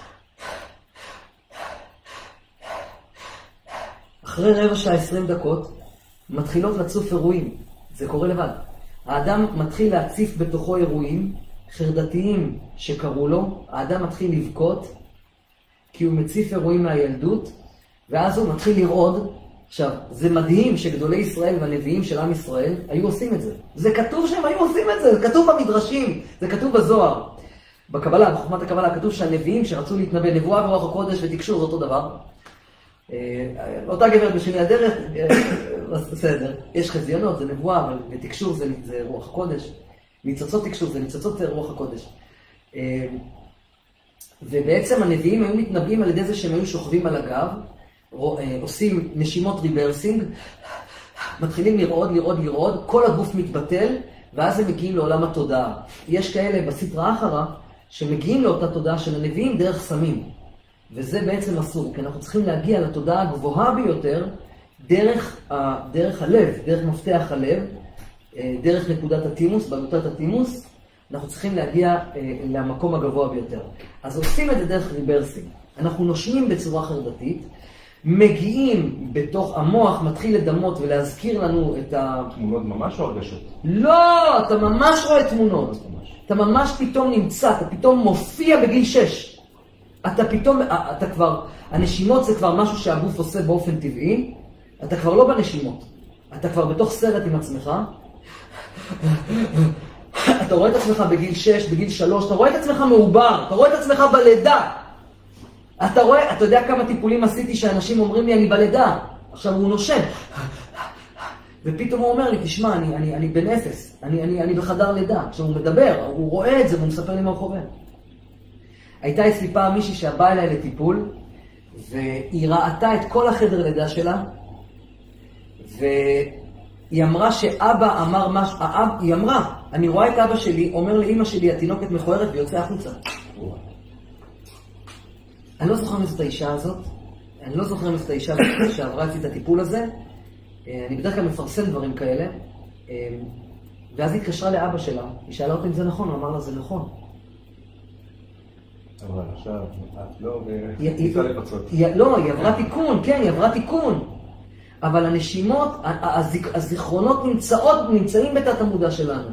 Speaker 1: אחרי רבע שעה 20 דקות, מתחילות לצוף אירועים. זה קורה לבד. האדם מתחיל להציף בתוכו אירועים חרדתיים שקרו לו, האדם מתחיל לבכות, כי הוא מציף אירועים מהילדות, ואז הוא מתחיל לרעוד. עכשיו, זה מדהים שגדולי ישראל והנביאים של עם ישראל היו עושים את זה. זה כתוב שהם היו עושים את זה, זה כתוב במדרשים, זה כתוב בזוהר. בקבלה, בחוכמת הקבלה, כתוב שהנביאים שרצו להתנבא, נבואה ורוח הקודש ותקשור זה אותו דבר. אותה גברת בשני הדרך, בסדר, יש חזיונות, זה נבואה, אבל בתקשור זה רוח הקודש. ניצוצות תקשור זה ניצוצות רוח הקודש. ובעצם הנביאים היו מתנבאים על ידי זה שהם היו שוכבים על הגב, עושים נשימות ריברסינג, מתחילים לרעוד, כל הגוף מתבטל, ואז הם מגיעים לעולם התודעה. יש כאלה בסטרא אחרא שמגיעים לאותה תודעה של הנביאים דרך סמים. וזה בעצם אסור, כי אנחנו צריכים להגיע לתודעה הגבוהה ביותר דרך הלב, דרך מפתח הלב, דרך נקודת התימוס, בעלותת התימוס, אנחנו צריכים להגיע למקום הגבוה ביותר. אז עושים את זה דרך ריברסינג. אנחנו נושמים בצורה חרדתית, מגיעים בתוך המוח, מתחיל לדמות ולהזכיר לנו את
Speaker 2: תמונות ממש או הרגשות?
Speaker 1: לא, אתה ממש רואה תמונות. אתה ממש פתאום נמצא, אתה פתאום מופיע בגיל 6. אתה כבר, הנשימות זה כבר משהו שהגוף עושה באופן טבעי, אתה כבר לא בנשימות. אתה כבר בתוך סרט עם עצמך. אתה רואה את עצמך בגיל 6, בגיל 3, אתה רואה את עצמך מעובר, אתה רואה את עצמך בלידה. אתה יודע כמה טיפולים עשיתי שאנשים אומרים לי, אני בלידה. עכשיו הוא נושם. ופתאום הוא אומר לי, תשמע, אני בן אפס, אני בחדר לידה. עכשיו הוא מדבר, הוא רואה את זה והוא מספר לי מה הוא חווה. הייתה אצלי פעם מישהי שבאה אליי לטיפול, והיא ראתה את כל החדר לידה שלה, והיא אמרה שאבא אמר משהו, היא אמרה, אני רואה את אבא שלי, אומר לאמא שלי, התינוקת מכוערת ויוצא החוצה. אני לא זוכר מי זאת האישה הזאת, אני לא זוכר מי זאת האישה שעברה אצלי את הטיפול הזה, אני בדרך כלל מפרסם דברים כאלה, ואז היא התקשרה לאבא שלה, היא שאלה אותה אם זה נכון, הוא אמר לה, זה נכון.
Speaker 2: אבל עכשיו, לא, ניסה לפצות.
Speaker 1: לא, היא עברה תיקון, כן, היא עברה תיקון. אבל הנשימות, הזיכרונות נמצאים בתת המודע שלנו.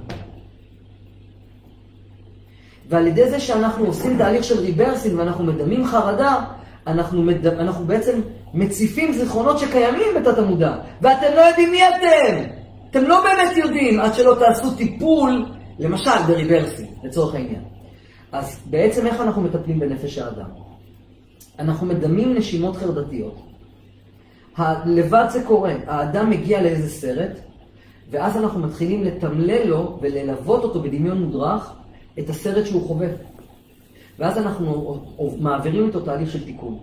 Speaker 1: ועל ידי זה שאנחנו עושים תהליך של ריברסינג ואנחנו מדמים חרדה, אנחנו בעצם מציפים זיכרונות שקיימים בתת המודע. ואתם לא יודעים מי אתם. אתם לא באמת יודעים עד שלא תעשו טיפול, למשל בריברסינג, לצורך העניין. אז בעצם איך אנחנו מטפלים בנפש האדם? אנחנו מדמים נשימות חרדתיות. לבד זה קורה, האדם מגיע לאיזה סרט, ואז אנחנו מתחילים לתמלל לו וללוות אותו בדמיון מודרך את הסרט שהוא חווה. ואז אנחנו מעבירים אותו תהליך של תיקון.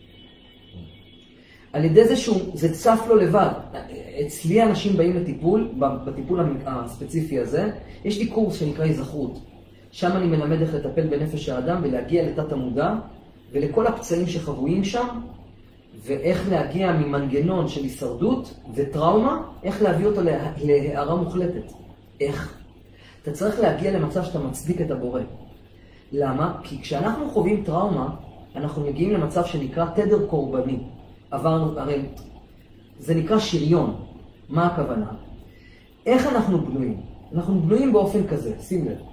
Speaker 1: על ידי זה שזה צף לו לבד. אצלי אנשים באים לטיפול, בטיפול הספציפי הזה, יש לי קורס שנקרא היזכרות. שם אני מלמד איך לטפל בנפש האדם ולהגיע לתת המודע, ולכל הפצעים שחבויים שם, ואיך להגיע ממנגנון של הישרדות וטראומה, איך להביא אותו להערה מוחלטת. איך? אתה צריך להגיע למצב שאתה מצדיק את הבורא. למה? כי כשאנחנו חווים טראומה, אנחנו מגיעים למצב שנקרא תדר קורבני. הרי זה נקרא שריון. מה הכוונה? איך אנחנו בנויים? אנחנו בנויים באופן כזה, שים לב.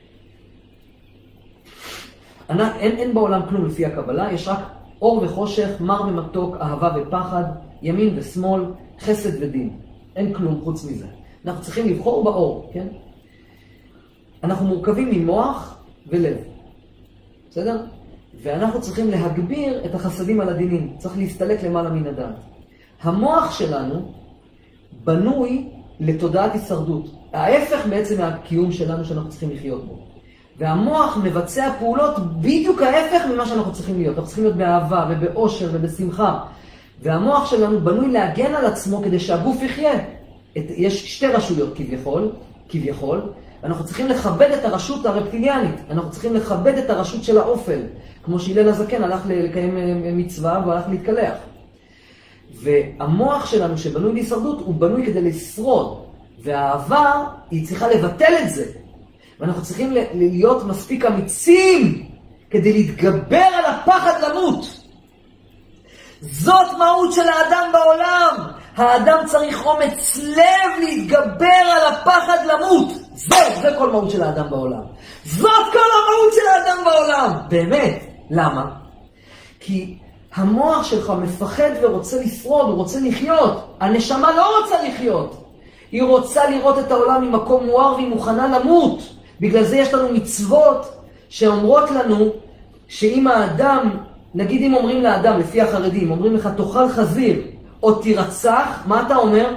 Speaker 1: אין בעולם כלום לפי הקבלה, יש רק אור וחושך, מר ומתוק, אהבה ופחד, ימין ושמאל, חסד ודין. אין כלום חוץ מזה. אנחנו צריכים לבחור באור, כן? אנחנו מורכבים ממוח ולב. בסדר? ואנחנו צריכים להגביר את החסדים על הדינים. צריך להסתלק למעלה מן הדעת. המוח שלנו בנוי לתודעת הישרדות. ההפך בעצם מהקיום שלנו שאנחנו צריכים לחיות בו. והמוח מבצע פעולות בדיוק ההפך ממה שאנחנו צריכים להיות. אנחנו צריכים להיות באהבה ובאושר ובשמחה. והמוח שלנו בנוי להגן על עצמו כדי שהגוף יחיה. יש שתי רשויות כביכול, ואנחנו צריכים לכבד את הרשות הרפטיליאנית. אנחנו צריכים לכבד את הרשות של האופל. כמו שהלל הזקן הלך לקיים מצווה והלך להתקלח. והמוח שלנו שבנוי להישרדות הוא בנוי כדי לשרוד. והאהבה היא צריכה לבטל את זה. ואנחנו צריכים להיות מספיק אמיצים כדי להתגבר על הפחד למות. זאת מהות של האדם בעולם. האדם צריך אומץ לב להתגבר על הפחד למות. זה כל מהות של האדם בעולם. זאת כל המהות של האדם בעולם. באמת. למה? כי המוח שלך מפחד ורוצה לשרוד, הוא רוצה לחיות. הנשמה לא רוצה לחיות. היא רוצה לראות את העולם ממקום מואר והיא מוכנה למות. בגלל זה יש לנו מצוות שאומרות לנו שאם האדם, נגיד אם אומרים לאדם, לפי החרדים, אומרים לך תאכל חזיר או תירצח, מה אתה אומר?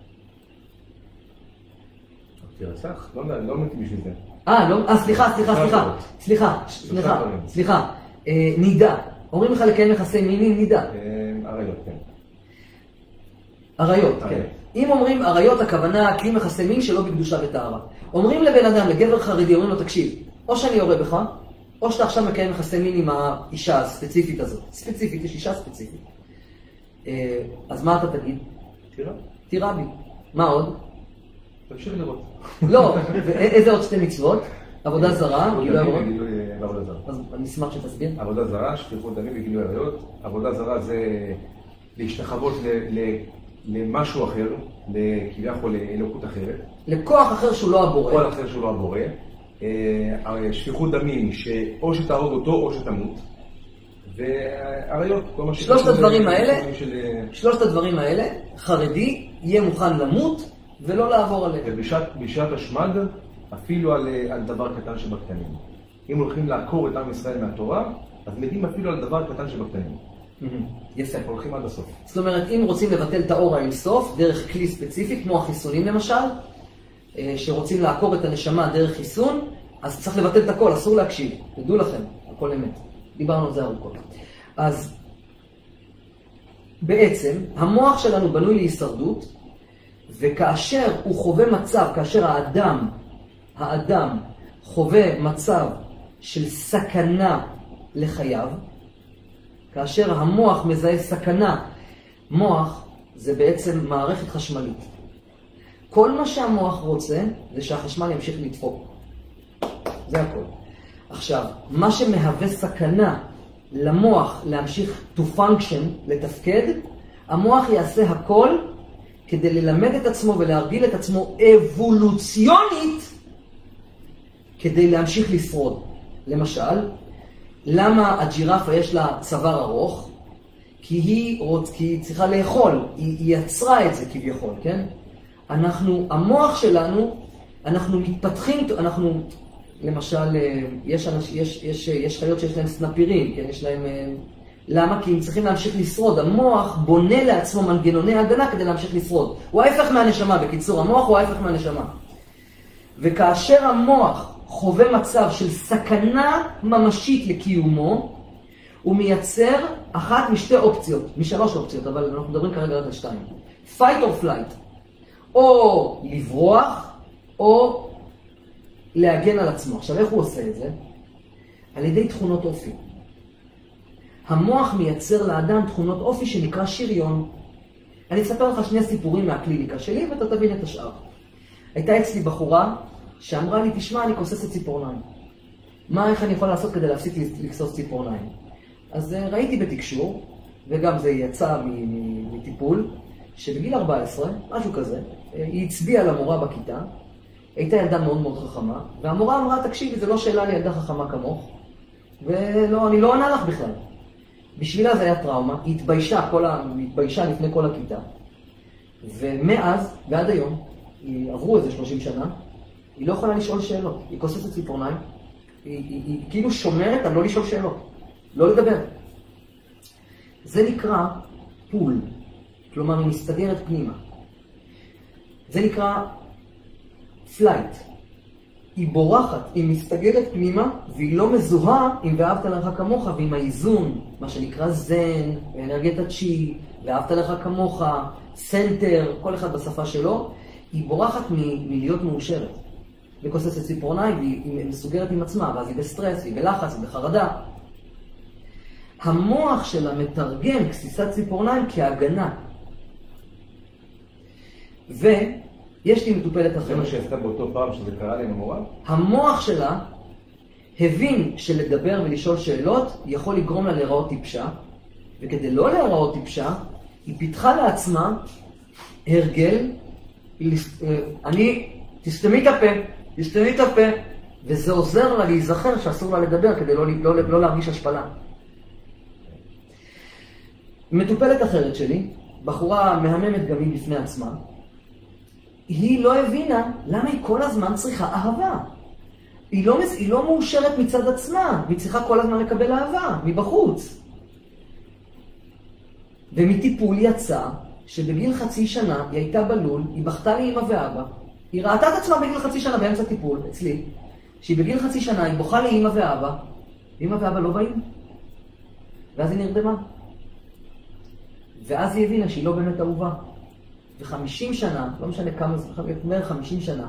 Speaker 2: תירצח? לא מתי בשביל זה.
Speaker 1: סליחה. נידה. אומרים לך לקיים יחסי מינים, נידה.
Speaker 2: עריות, כן.
Speaker 1: עריות, כן. אם אומרים עריות, הכוונה כלי מכסה מין שלא בקדושה וטהרה. אומרים לבן אדם, לגבר חרדי, אומרים לו, תקשיב, או שאני יורה בך, או שאתה עכשיו מקיים מכסה מין עם האישה הספציפית הזאת. ספציפית, יש אישה ספציפית. אז מה אתה תגיד? תירה בי. מה עוד?
Speaker 2: תמשיך לראות.
Speaker 1: לא, ואיזה עוד שתי מצוות? עבודה זרה, גילוי עריות.
Speaker 2: עבודה זרה.
Speaker 1: אז אני אשמח שתסביר.
Speaker 2: עבודה זרה, שפיכות דמים וגילוי עריות. עבודה זרה זה להשתחוות למשהו אחר, כביכול לאלוקות אחרת.
Speaker 1: לכוח אחר שהוא לא הבורא.
Speaker 2: כוח אחר שהוא לא הבורא. שפיכות דמים, שאו שתהרוג אותו או שתמות. ועריות, כל מה
Speaker 1: שלושת הדברים האלה, חרדי יהיה מוכן למות ולא לעבור עליהם.
Speaker 2: ובשעת השמד, אפילו על דבר קטן שבקטנים. אם הולכים לעקור את עם ישראל מהתורה, אז מתים אפילו על דבר קטן שבקטנים.
Speaker 1: יפה.
Speaker 2: הולכים עד הסוף.
Speaker 1: זאת אומרת, אם רוצים לבטל את האור האינסוף, דרך כלי ספציפי, כמו החיסונים למשל, שרוצים לעקור את הנשמה דרך חיסון, אז צריך לבטל את הכל, אסור להקשיב. תדעו לכם, הכל אמת. דיברנו על זה ארוכות. אז בעצם, המוח שלנו בנוי להישרדות, וכאשר הוא חווה מצב, כאשר האדם חווה מצב של סכנה לחייו, כאשר המוח מזהה סכנה, מוח זה בעצם מערכת חשמלית. כל מה שהמוח רוצה זה שהחשמל ימשיך לדפוק. זה הכל. עכשיו, מה שמהווה סכנה למוח להמשיך to function, לתפקד, המוח יעשה הכל כדי ללמד את עצמו ולהרגיל את עצמו אבולוציונית כדי להמשיך לשרוד. למשל, למה הג'ירפה יש לה צוואר ארוך? כי היא צריכה לאכול, היא יצרה את זה כביכול, כן? המוח שלנו, אנחנו מתפתחים, למשל, יש חיות שיש להם סנפירים, כן? יש להם... למה? כי הם צריכים להמשיך לשרוד. המוח בונה לעצמו מנגנוני הגנה כדי להמשיך לשרוד. הוא ההפך מהנשמה, בקיצור, המוח הוא ההפך מהנשמה. וכאשר המוח חווה מצב של סכנה ממשית לקיומו, הוא מייצר אחת משתי אופציות, משלוש אופציות, אבל אנחנו מדברים כרגע רק על שתיים. fight or flight. או לברוח, או להגן על עצמו. עכשיו, איך הוא עושה את זה? על ידי תכונות אופי. המוח מייצר לאדם תכונות אופי שנקרא שריון. אני אספר לך שני סיפורים מהקליניקה שלי ואתה תבין את השאר. הייתה אצלי בחורה שאמרה לי, תשמע, אני כוססת ציפורניים. איך אני יכול לעשות כדי להפסיק לכסוס ציפורניים? אז ראיתי בתקשור, וגם זה יצא מטיפול, שבגיל 14, משהו כזה, היא הצביעה למורה בכיתה, הייתה ילדה מאוד מאוד חכמה, והמורה אמרה, תקשיבי, זה לא שאלה לי ילדה חכמה כמוך, ואני לא עונה לך בכלל. בשבילה זה היה טראומה, היא התביישה לפני כל הכיתה. ומאז ועד היום, עברו איזה 30 שנה, היא לא יכולה לשאול שאלות. היא כוססת ציפורניים, היא כאילו שומרת על לא לשאול שאלות, לא לדבר. זה נקרא פול, כלומר היא מסתגרת פנימה. זה נקרא פלייט. היא בורחת, היא מסתגרת פנימה, והיא לא מזוהה עם ואהבת לך כמוך, ועם האיזון, מה שנקרא זן, ואנרגיית הצ'י, ואהבת לך כמוך, סנטר, כל אחד בשפה שלו, היא בורחת מלהיות מאושרת. וכוססת ציפורניים, והיא מסוגרת עם עצמה, ואז היא בסטרס, והיא בלחץ, היא בחרדה. המוח שלה מתרגם כסיסת ציפורניים כהגנה. יש לי מטופלת אחרת.
Speaker 2: זה מה שעשתה באותו פעם שזה קרה לי עם המורה?
Speaker 1: המוח שלה הבין שלדבר ולשאול שאלות יכול לגרום לה להיראות טיפשה, וכדי לא להיראות טיפשה, היא פיתחה לעצמה הרגל, תסתמי את הפה, וזה עוזר לה להיזכר שאסור לה לדבר כדי לא להרגיש השפלה. מטופלת אחרת שלי, בחורה מהממת גם היא בפני עצמה, היא לא הבינה למה היא כל הזמן צריכה אהבה. היא לא מאושרת מצד עצמה, והיא צריכה כל הזמן לקבל אהבה, מבחוץ. ומטיפול יצא שבגיל חצי שנה היא הייתה בלול, היא בכתה לאמא ואבא, היא ראתה את עצמה בגיל חצי שנה באמצע טיפול, אצלי, שהיא בגיל חצי שנה היא בוכה לאמא ואבא, ואמא ואבא לא באים. ואז היא נרדמה. ואז היא הבינה שהיא לא באמת אהובה. ו50 שנה, לא משנה כמה זה, בערך 50 שנה,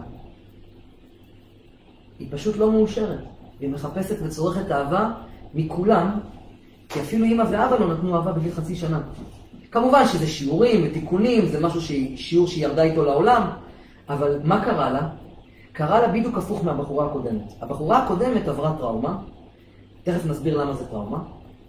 Speaker 1: היא פשוט לא מאושרת. והיא מחפשת וצורכת אהבה מכולם, כי אפילו אמא ואבא לא נתנו אהבה בגיל חצי שנה. כמובן שזה שיעורים ותיקונים, זה משהו שיעור שהיא ירדה איתו לעולם, אבל מה קרה לה? קרה לה בדיוק הפוך מהבחורה הקודמת. הבחורה הקודמת עברה טראומה, תכף נסביר למה זה טראומה,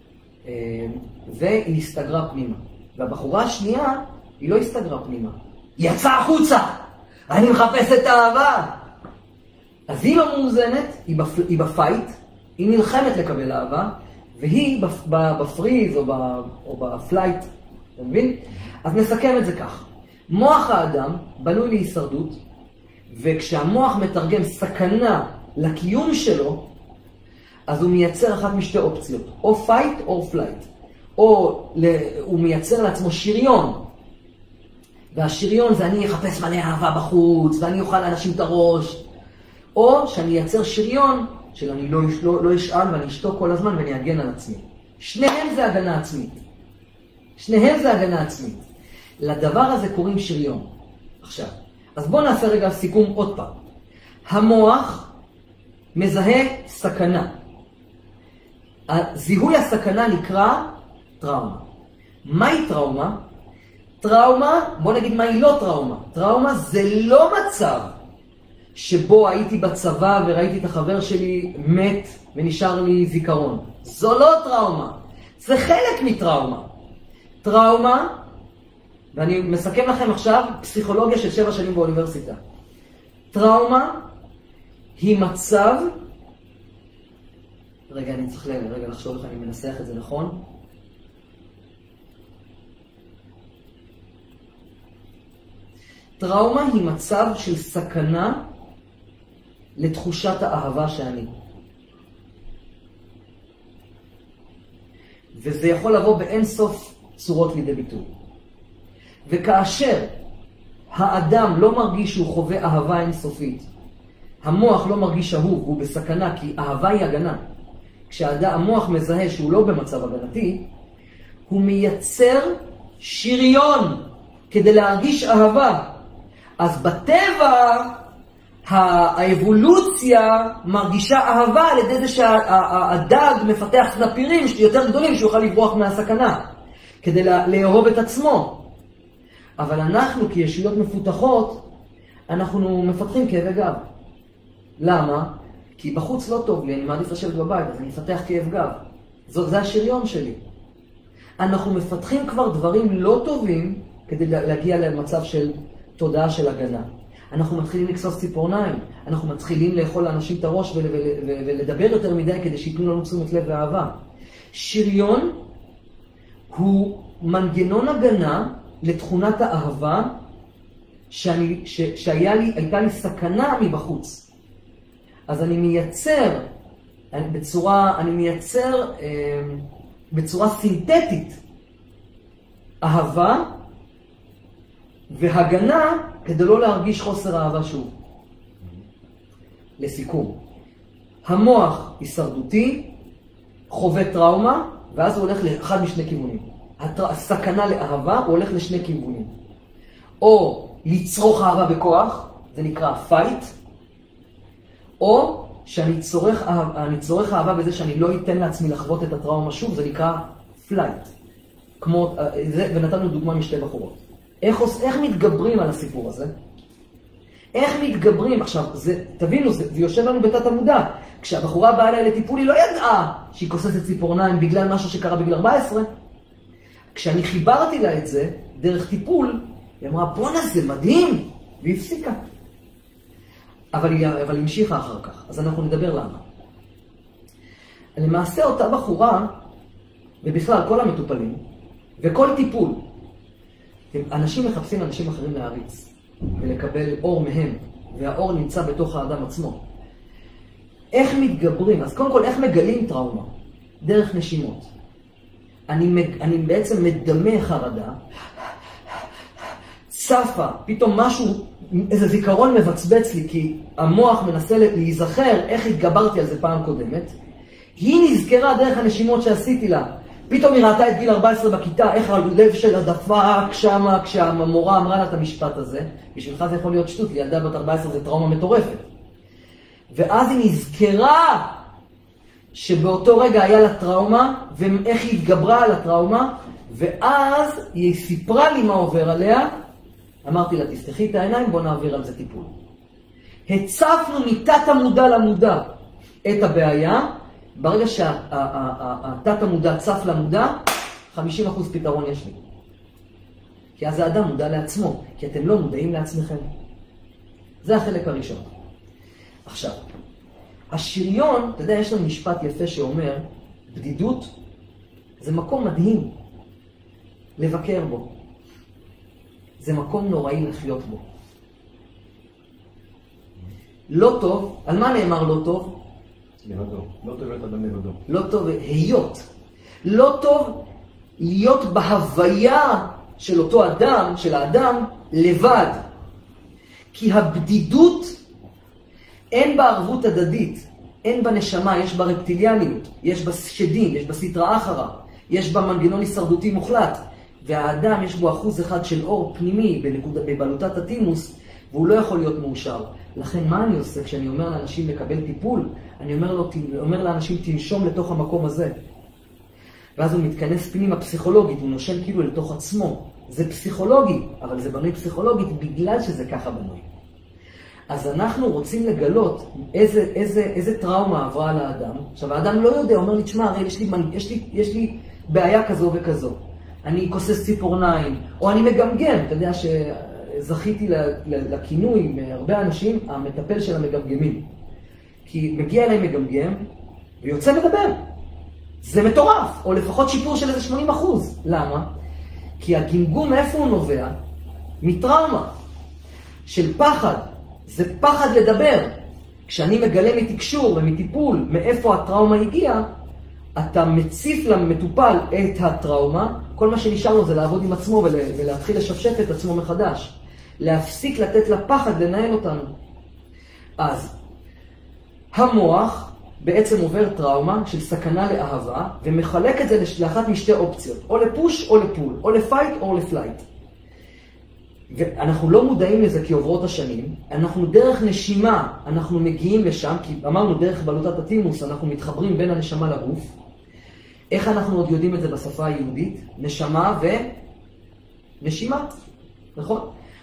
Speaker 1: והיא הסתגרה פנימה. והבחורה השנייה, היא לא הסתגרה פנימה. היא יצאה החוצה! אני מחפשת האהבה! אז היא לא מאוזנת, היא בפייט, היא נלחמת לקבל אהבה, והיא בפריז או בפלייט, אתה מבין? אז נסכם את זה כך. מוח האדם בנוי להישרדות, וכשהמוח מתרגם סכנה לקיום שלו, אז הוא מייצר אחת משתי אופציות, או פייט או פלייט. או הוא מייצר לעצמו שריון, והשריון זה אני אחפש מלא אהבה בחוץ, ואני אוכל לאנשים את הראש, או שאני אייצר שריון של אני לא אשאל ואני אשתוק כל הזמן ואני אגן על עצמי. שניהם זה הגנה עצמית. שניהם זה הגנה עצמית. לדבר הזה קוראים שריון. עכשיו, אז בואו נעשה רגע סיכום עוד פעם. המוח מזהה סכנה. זיהוי הסכנה נקרא טראומה. מהי טראומה? טראומה, בוא נגיד מהי לא טראומה. טראומה זה לא מצב שבו הייתי בצבא וראיתי את החבר שלי מת ונשאר לי זיכרון. זו לא טראומה. זה חלק מטראומה. טראומה, ואני מסכם לכם עכשיו פסיכולוגיה של 7 שנים באוניברסיטה. טראומה היא מצב, רגע, אני צריך לחשוב איך אני מנסח את זה נכון. טראומה היא מצב של סכנה לתחושת האהבה שאני. וזה יכול לבוא באין סוף צורות לידי ביטוי. וכאשר האדם לא מרגיש שהוא חווה אהבה אינסופית, המוח לא מרגיש אהוב, הוא בסכנה, כי אהבה היא הגנה. כשהמוח מזהה שהוא לא במצב הגנתי, הוא מייצר שריון כדי להרגיש אהבה. אז בטבע האבולוציה מרגישה אהבה על ידי זה שהדג מפתח סנפירים יותר גדולים שיוכל לברוח מהסכנה, כדי לאהוב את עצמו. אבל אנחנו כישויות מפותחות, אנחנו מפתחים כאבי גב. למה? כי בחוץ לא טוב לי, אני מעדיף לשבת בבית, אז אני אפתח כאב גב. זה השריון שלי. אנחנו מפתחים כבר דברים לא טובים כדי להגיע למצב של תודעה של הגנה. אנחנו מתחילים לקסוס ציפורניים, אנחנו מתחילים לאכול לאנשים את הראש ולדבר יותר מדי כדי שיתנו לנו תשומת לב ואהבה. שריון הוא מנגנון הגנה לתכונת האהבה שהייתה לי סכנה מבחוץ. אז אני מייצר בצורה סינתטית אהבה והגנה כדי לא להרגיש חוסר אהבה שוב. לסיכום, המוח הישרדותי, חווה טראומה, ואז הוא הולך לאחד משני כיוונים. הסכנה לאהבה הוא הולך לשני כיוונים. או לצרוך אהבה בכוח, זה נקרא פייט, או שאני צורך אהבה בזה שאני לא אתן לעצמי לחוות את הטראומה שוב, זה נקרא פלייט. ונתנו דוגמה משתי בחורות. איך מתגברים על הסיפור הזה? איך מתגברים? עכשיו, תבינו, זה יושב לנו בתת המודע. כשהבחורה באה אליי לטיפול, היא לא ידעה שהיא כוססת ציפורניים בגלל משהו שקרה בגיל 14. כשאני חיברתי לה את זה, דרך טיפול, היא אמרה, בונה, זה מדהים! והיא הפסיקה. אבל היא המשיכה אחר כך. אז אנחנו נדבר למה. למעשה אותה בחורה, ובכלל כל המטופלים, וכל טיפול, אנשים מחפשים אנשים אחרים להריץ, ולקבל אור מהם, והאור נמצא בתוך האדם עצמו. איך מתגברים? אז קודם כל, איך מגלים טראומה? דרך נשימות. אני בעצם מדמה חרדה, צפה, פתאום משהו, איזה זיכרון מבצבץ לי, כי המוח מנסה להיזכר איך התגברתי על זה פעם קודמת. היא נזכרה דרך הנשימות שעשיתי לה. פתאום היא ראתה את גיל 14 בכיתה, איך הלב שלה דפק שמה כשהמורה אמרה לה את המשפט הזה. בשבילך זה יכול להיות שטות, לילדה בת 14 זה טראומה מטורפת. ואז היא נזכרה שבאותו רגע היה לה טראומה, ואיך היא התגברה על הטראומה, ואז היא סיפרה לי מה עובר עליה. אמרתי לה, תפתחי את העיניים, בוא נעביר על זה טיפול. הצפנו מתת המודע למודע את הבעיה. ברגע שהתת המודע צף למודע, 50% פתרון יש לי. כי אז האדם מודע לעצמו, כי אתם לא מודעים לעצמכם. זה החלק הראשון. עכשיו, השריון, אתה יודע, יש לנו משפט יפה שאומר, בדידות זה מקום מדהים לבקר בו. זה מקום נוראי לחיות בו. לא טוב, על מה נאמר לא טוב?
Speaker 2: לבדו. לא טוב להיות אדם לבדו.
Speaker 1: לא טוב להיות. לא טוב להיות בהוויה של אותו אדם, של האדם, לבד. כי הבדידות אין בה ערבות הדדית, אין בה נשמה, יש בה רפטיליאניות, יש בה שדים, יש בה סטרא אחרא, יש בה מנגנון הישרדותי מוחלט. והאדם יש בו 1% של אור פנימי בבלוטת התימוס, והוא לא יכול להיות מאושר. לכן מה אני עושה כשאני אומר לאנשים לקבל טיפול? אני אומר לאנשים תנשום לתוך המקום הזה. ואז הוא מתכנס פנימה פסיכולוגית, הוא נושם כאילו לתוך עצמו. זה פסיכולוגי, אבל זה בנוי פסיכולוגית בגלל שזה ככה בנוי. אז אנחנו רוצים לגלות איזה טראומה עברה על האדם. עכשיו האדם לא יודע, אומר לי, תשמע, הרי יש לי בעיה כזו וכזו. אני כוסס ציפורניים, או אני מגמגם. אתה יודע שזכיתי לכינוי מהרבה אנשים, המטפל של המגמגמים. כי מגיע אליי מגמגם, ויוצא מדבר. זה מטורף, או לפחות שיפור של איזה 80%. למה? כי הגמגום מאיפה הוא נובע? מטראומה. של פחד. זה פחד לדבר. כשאני מגלה מתקשור ומטיפול מאיפה הטראומה הגיעה, אתה מציף למטופל את הטראומה, כל מה שנשאר לו זה לעבוד עם עצמו ולהתחיל לשפשף את עצמו מחדש. להפסיק לתת לפחד לנהל אותנו. אז המוח בעצם עובר טראומה של סכנה לאהבה, ומחלק את זה לאחת משתי אופציות, או לפוש או לפול, או לפייט או לפלייט. ואנחנו לא מודעים לזה כי עוברות השנים, אנחנו דרך נשימה, אנחנו מגיעים לשם, כי אמרנו דרך בלוטת התימוס, אנחנו מתחברים בין הנשמה לגוף. איך אנחנו עוד יודעים את זה בשפה היהודית? נשמה ונשימה, נכון?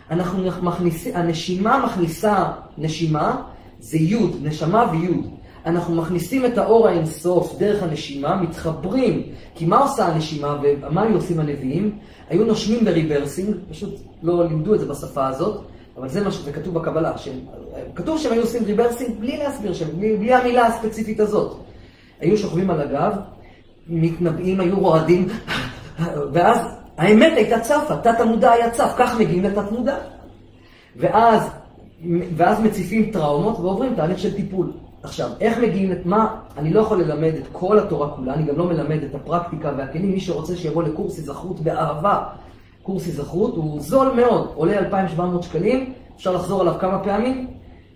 Speaker 1: הנשימה מכניסה נשימה, זה יוד, נשמה ויוד. אנחנו מכניסים את האור האינסוף דרך הנשימה, מתחברים, כי מה עושה הנשימה ומה היו עושים הנביאים? היו נושמים בריברסינג, פשוט לא לימדו את זה בשפה הזאת, אבל זה מה שזה כתוב בקבלה. כתוב שהם היו עושים ריברסינג בלי להסביר שם, בלי המילה הספציפית הזאת. היו שוכבים על הגב, מתנבאים, היו רועדים, ואז האמת הייתה צפה, תת המודע היה צף, כך מגיעים לתת מודע. ואז מציפים טראומות ועוברים תהליך של טיפול. עכשיו, איך מגיעים את מה? אני לא יכול ללמד את כל התורה כולה, אני גם לא מלמד את הפרקטיקה והכלים. מי שרוצה שיבוא לקורס היזכרות באהבה, קורס היזכרות הוא זול מאוד, עולה 2,700 שקלים, אפשר לחזור עליו כמה פעמים,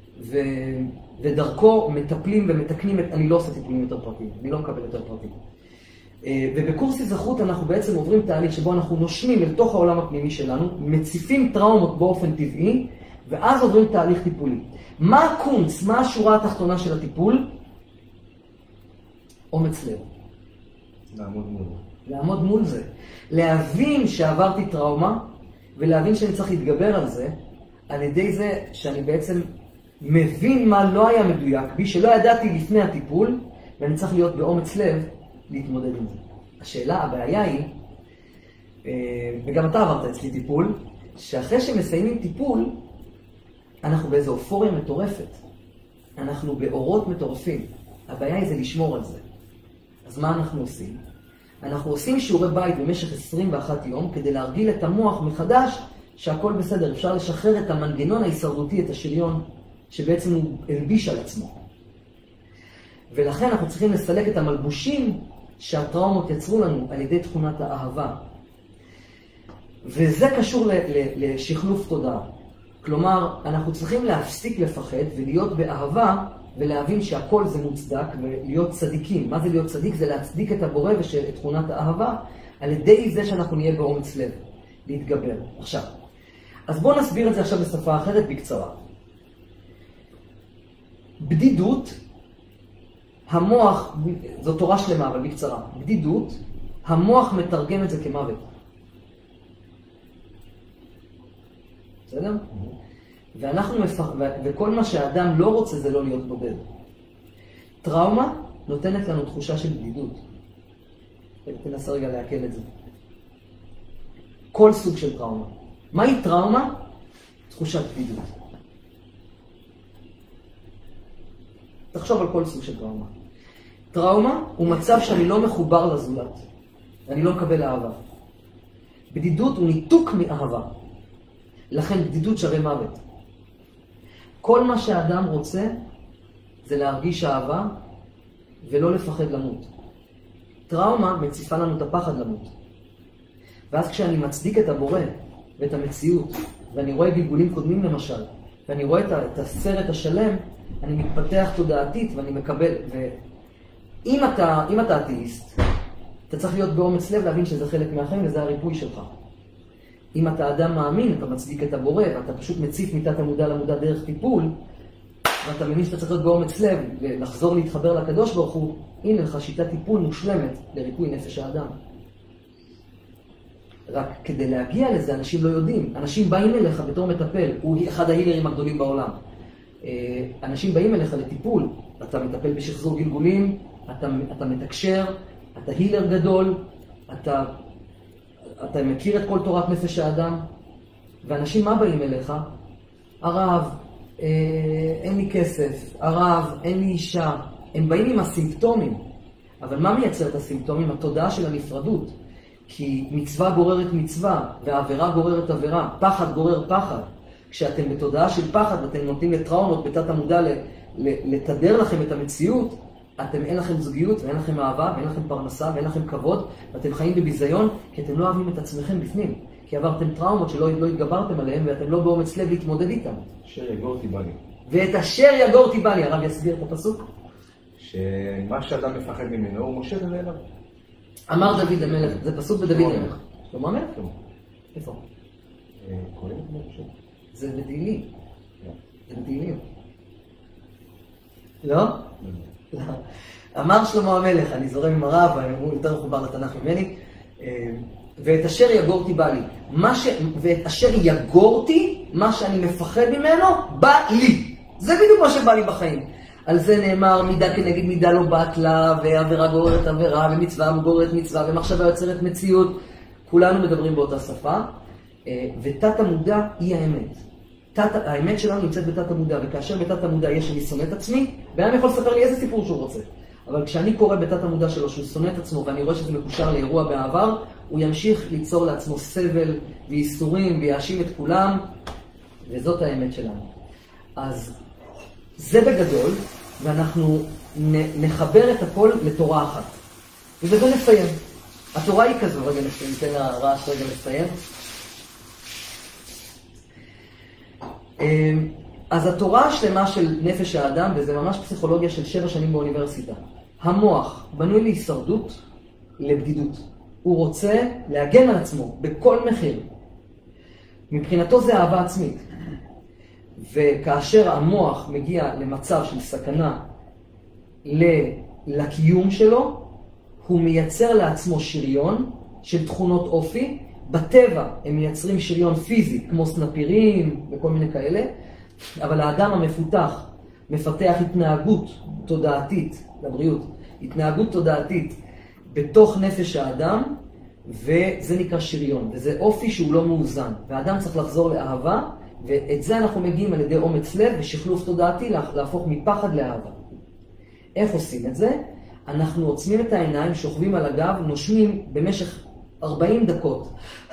Speaker 1: ודרכו מטפלים ומתקנים אני לא עושה טיפולים יותר פרטיים, אני לא מקבל יותר פרטיים. ובקורס היזכרות אנחנו בעצם עוברים תהליך שבו אנחנו נושמים אל תוך העולם הפנימי שלנו, מציפים טראומות באופן טבעי, ואז עוברים תהליך טיפולי. מה הקונץ? מה השורה התחתונה של הטיפול? אומץ לב. לעמוד מול זה. להבין שעברתי טראומה, ולהבין שאני צריך להתגבר על זה, על ידי זה שאני בעצם מבין מה לא היה מדויק בי, שלא ידעתי לפני הטיפול, ואני צריך להיות באומץ לב להתמודד עם זה. השאלה, הבעיה היא, וגם אתה עברת אצלי טיפול, שאחרי שמסיימים טיפול, אנחנו באיזו אופוריה מטורפת. אנחנו באורות מטורפים. הבעיה היא זה לשמור על זה. אז מה אנחנו עושים? אנחנו עושים שיעורי בית במשך 21 יום כדי להרגיל את המוח מחדש שהכל בסדר. אפשר לשחרר את המנגנון ההישרדותי, את השריון, שבעצם הוא הלביש על עצמו. ולכן אנחנו צריכים לסלק את המלבושים שהטראומות יצרו לנו על ידי תכונת האהבה. וזה קשור לשחלוף תודעה. כלומר, אנחנו צריכים להפסיק לפחד ולהיות באהבה ולהבין שהכל זה מוצדק, ולהיות צדיקים. מה זה להיות צדיק? זה להצדיק את הבורא ואת תכונת האהבה, על ידי זה שאנחנו נהיה באומץ לב, להתגבר. עכשיו, אז בואו נסביר את זה עכשיו בשפה אחרת בקצרה. בדידות, המוח, זו תורה שלמה, אבל בקצרה. בדידות, המוח מתרגם את זה כמוות. בסדר? וכל מה שהאדם לא רוצה זה לא להיות בודד. טראומה נותנת לנו תחושה של בדידות. תנסה רגע להקל את זה. כל סוג של טראומה. מהי טראומה? תחושת בדידות. תחשוב על כל סוג של טראומה. טראומה הוא מצב שאני לא מחובר לזולת. ואני לא מקבל אהבה. בדידות הוא ניתוק מאהבה. לכן בדידות שווה מוות. כל מה שהאדם רוצה זה להרגיש אהבה ולא לפחד למות. טראומה מציפה לנו את הפחד למות. ואז כשאני מצדיק את הבורא ואת המציאות, ואני רואה גלגולים קודמים למשל, ואני רואה את הסרט השלם, אני מתפתח תודעתית ואני מקבל. ואם אתה אתאיסט, אתה צריך להיות באומץ לב להבין שזה חלק מהחיים וזה הריפוי שלך. אם אתה אדם מאמין, אתה מצדיק את הבורא, ואתה פשוט מציף מתת המודע למודע דרך טיפול, ואתה מבין שאתה צריך להיות באומץ לב, ולחזור להתחבר לקדוש ברוך הוא, הנה לך שיטת טיפול מושלמת לריפוי נפש האדם. רק כדי להגיע לזה, אנשים לא יודעים. אנשים באים אליך בתור מטפל, הוא אחד ההילרים הגדולים בעולם. אנשים באים אליך לטיפול, אתה מטפל בשחזור גלגולים, אתה מתקשר, אתה הילר גדול, אתה מכיר את כל תורת נפש האדם, ואנשים מה באים אליך? הרב, אין לי כסף, הרב, אין לי אישה. הם באים עם הסימפטומים, אבל מה מייצר את הסימפטומים? התודעה של הנפרדות. כי מצווה גוררת מצווה, ועבירה גוררת עבירה, פחד גורר פחד. כשאתם בתודעה של פחד ואתם נותנים לטראומות בתת המודע לתדר לכם את המציאות, אין לכם זוגיות ואין לכם אהבה ואין לכם פרנסה ואין לכם כבוד, ואתם חיים בביזיון כי אתם לא אוהבים את עצמכם בפנים. כי עברתם טראומות שלא התגברתם עליהם ואתם לא באומץ לב להתמודד איתם.
Speaker 2: אשר יגור תיבא לי.
Speaker 1: ואת אשר יגור תיבא לי, הרב יסביר את הפסוק?
Speaker 2: שמה שאדם מפחד ממנו הוא מושך אליו.
Speaker 1: אמר דוד המלך, זה פסוק בדוד המלך. שלמה המלך? איפה?
Speaker 2: קוראים את זה פשוט.
Speaker 1: זה בתהילים. זה בתהילים. לא? לא. אמר שלמה המלך, אני זורם עם הרב, הוא יותר מחובר לתנ"ך ממני, ואת אשר יגורתי בא לי. ואת אשר יגורתי, מה שאני מפחד ממנו, בא לי. זה בדיוק מה שבא לי בחיים. על זה נאמר, מידה כנגד מידה לא בת לה, ועבירה גוררת עבירה, ומצווה גוררת מצווה, ומחשבה יוצרת מציאות. כולנו מדברים באותה שפה, ותת המודע היא האמת. האמת שלנו נמצאת בתת המודע, וכאשר בתת המודע יש אני שונא את עצמי, ואני יכול לספר לי איזה סיפור שהוא רוצה. אבל כשאני קורא בתת המודע שלו שהוא שונא את עצמו, ואני רואה שזה מקושר לאירוע בעבר, הוא ימשיך ליצור לעצמו סבל וייסורים, ויאשים את כולם, וזאת האמת שלנו. אז זה בגדול, ואנחנו נחבר את הכל לתורה אחת. ובזה נסיים. התורה היא כזו, רגע ניתן לרעש רגע לסיים. אז התורה השלמה של נפש האדם, וזה ממש פסיכולוגיה של 7 שנים באוניברסיטה. המוח בנוי להישרדות, לבדידות. הוא רוצה להגן על עצמו בכל מחיר. מבחינתו זה אהבה עצמית. וכאשר המוח מגיע למצב של סכנה לקיום שלו, הוא מייצר לעצמו שריון של תכונות אופי. בטבע הם מייצרים שריון פיזי, כמו סנפירים וכל מיני כאלה, אבל האדם המפותח מפתח התנהגות תודעתית, לבריאות, התנהגות תודעתית בתוך נפש האדם, וזה נקרא שריון, וזה אופי שהוא לא מאוזן, והאדם צריך לחזור לאהבה, ואת זה אנחנו מגיעים על ידי אומץ לב ושחלוף תודעתי להפוך מפחד לאהבה. איך עושים את זה? אנחנו עוצמים את העיניים, שוכבים על הגב, נושמים במשך 40 דקות.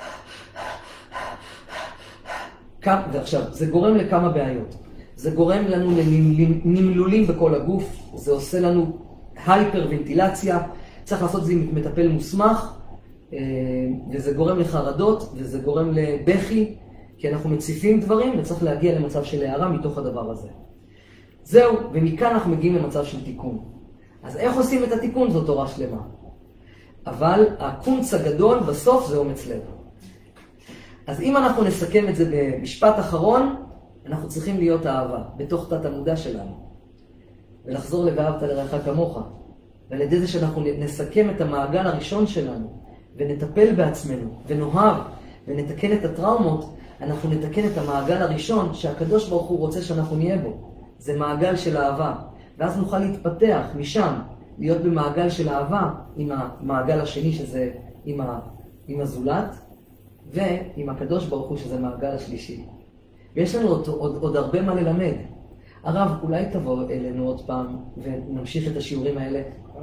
Speaker 1: ועכשיו, זה גורם לכמה בעיות. זה גורם לנו לנמלולים בכל הגוף, זה עושה לנו הייפר-ונטילציה, צריך לעשות את זה עם מטפל מוסמך, וזה גורם לחרדות, וזה גורם לבכי, כי אנחנו מציפים דברים, וצריך להגיע למצב של הערה מתוך הדבר הזה. זהו, ומכאן אנחנו מגיעים למצב של תיקון. אז איך עושים את התיקון? זו תורה שלמה. אבל הקונץ הגדול בסוף זה אומץ לב. אז אם אנחנו נסכם את זה במשפט אחרון, אנחנו צריכים להיות אהבה, בתוך תת המודע שלנו. ולחזור ל"ואהבת לרעך כמוך". ועל ידי זה שאנחנו נסכם את המעגל הראשון שלנו, ונטפל בעצמנו, ונאהב, ונתקן את הטראומות, אנחנו נתקן את המעגל הראשון שהקדוש ברוך הוא רוצה שאנחנו נהיה בו. זה מעגל של אהבה. ואז נוכל להתפתח משם, להיות במעגל של אהבה עם המעגל השני שזה עם הזולת, ועם הקדוש ברוך הוא שזה מעגל השלישי. ויש לנו עוד הרבה מה ללמד. הרב, אולי תבוא אלינו עוד פעם ונמשיך את השיעורים האלה?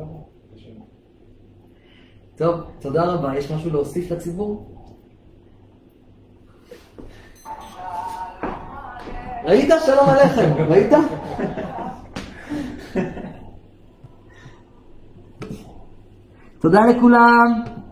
Speaker 1: טוב, תודה רבה. יש משהו להוסיף לציבור? ראית? שלום עליכם. ראית? תודה לכולם.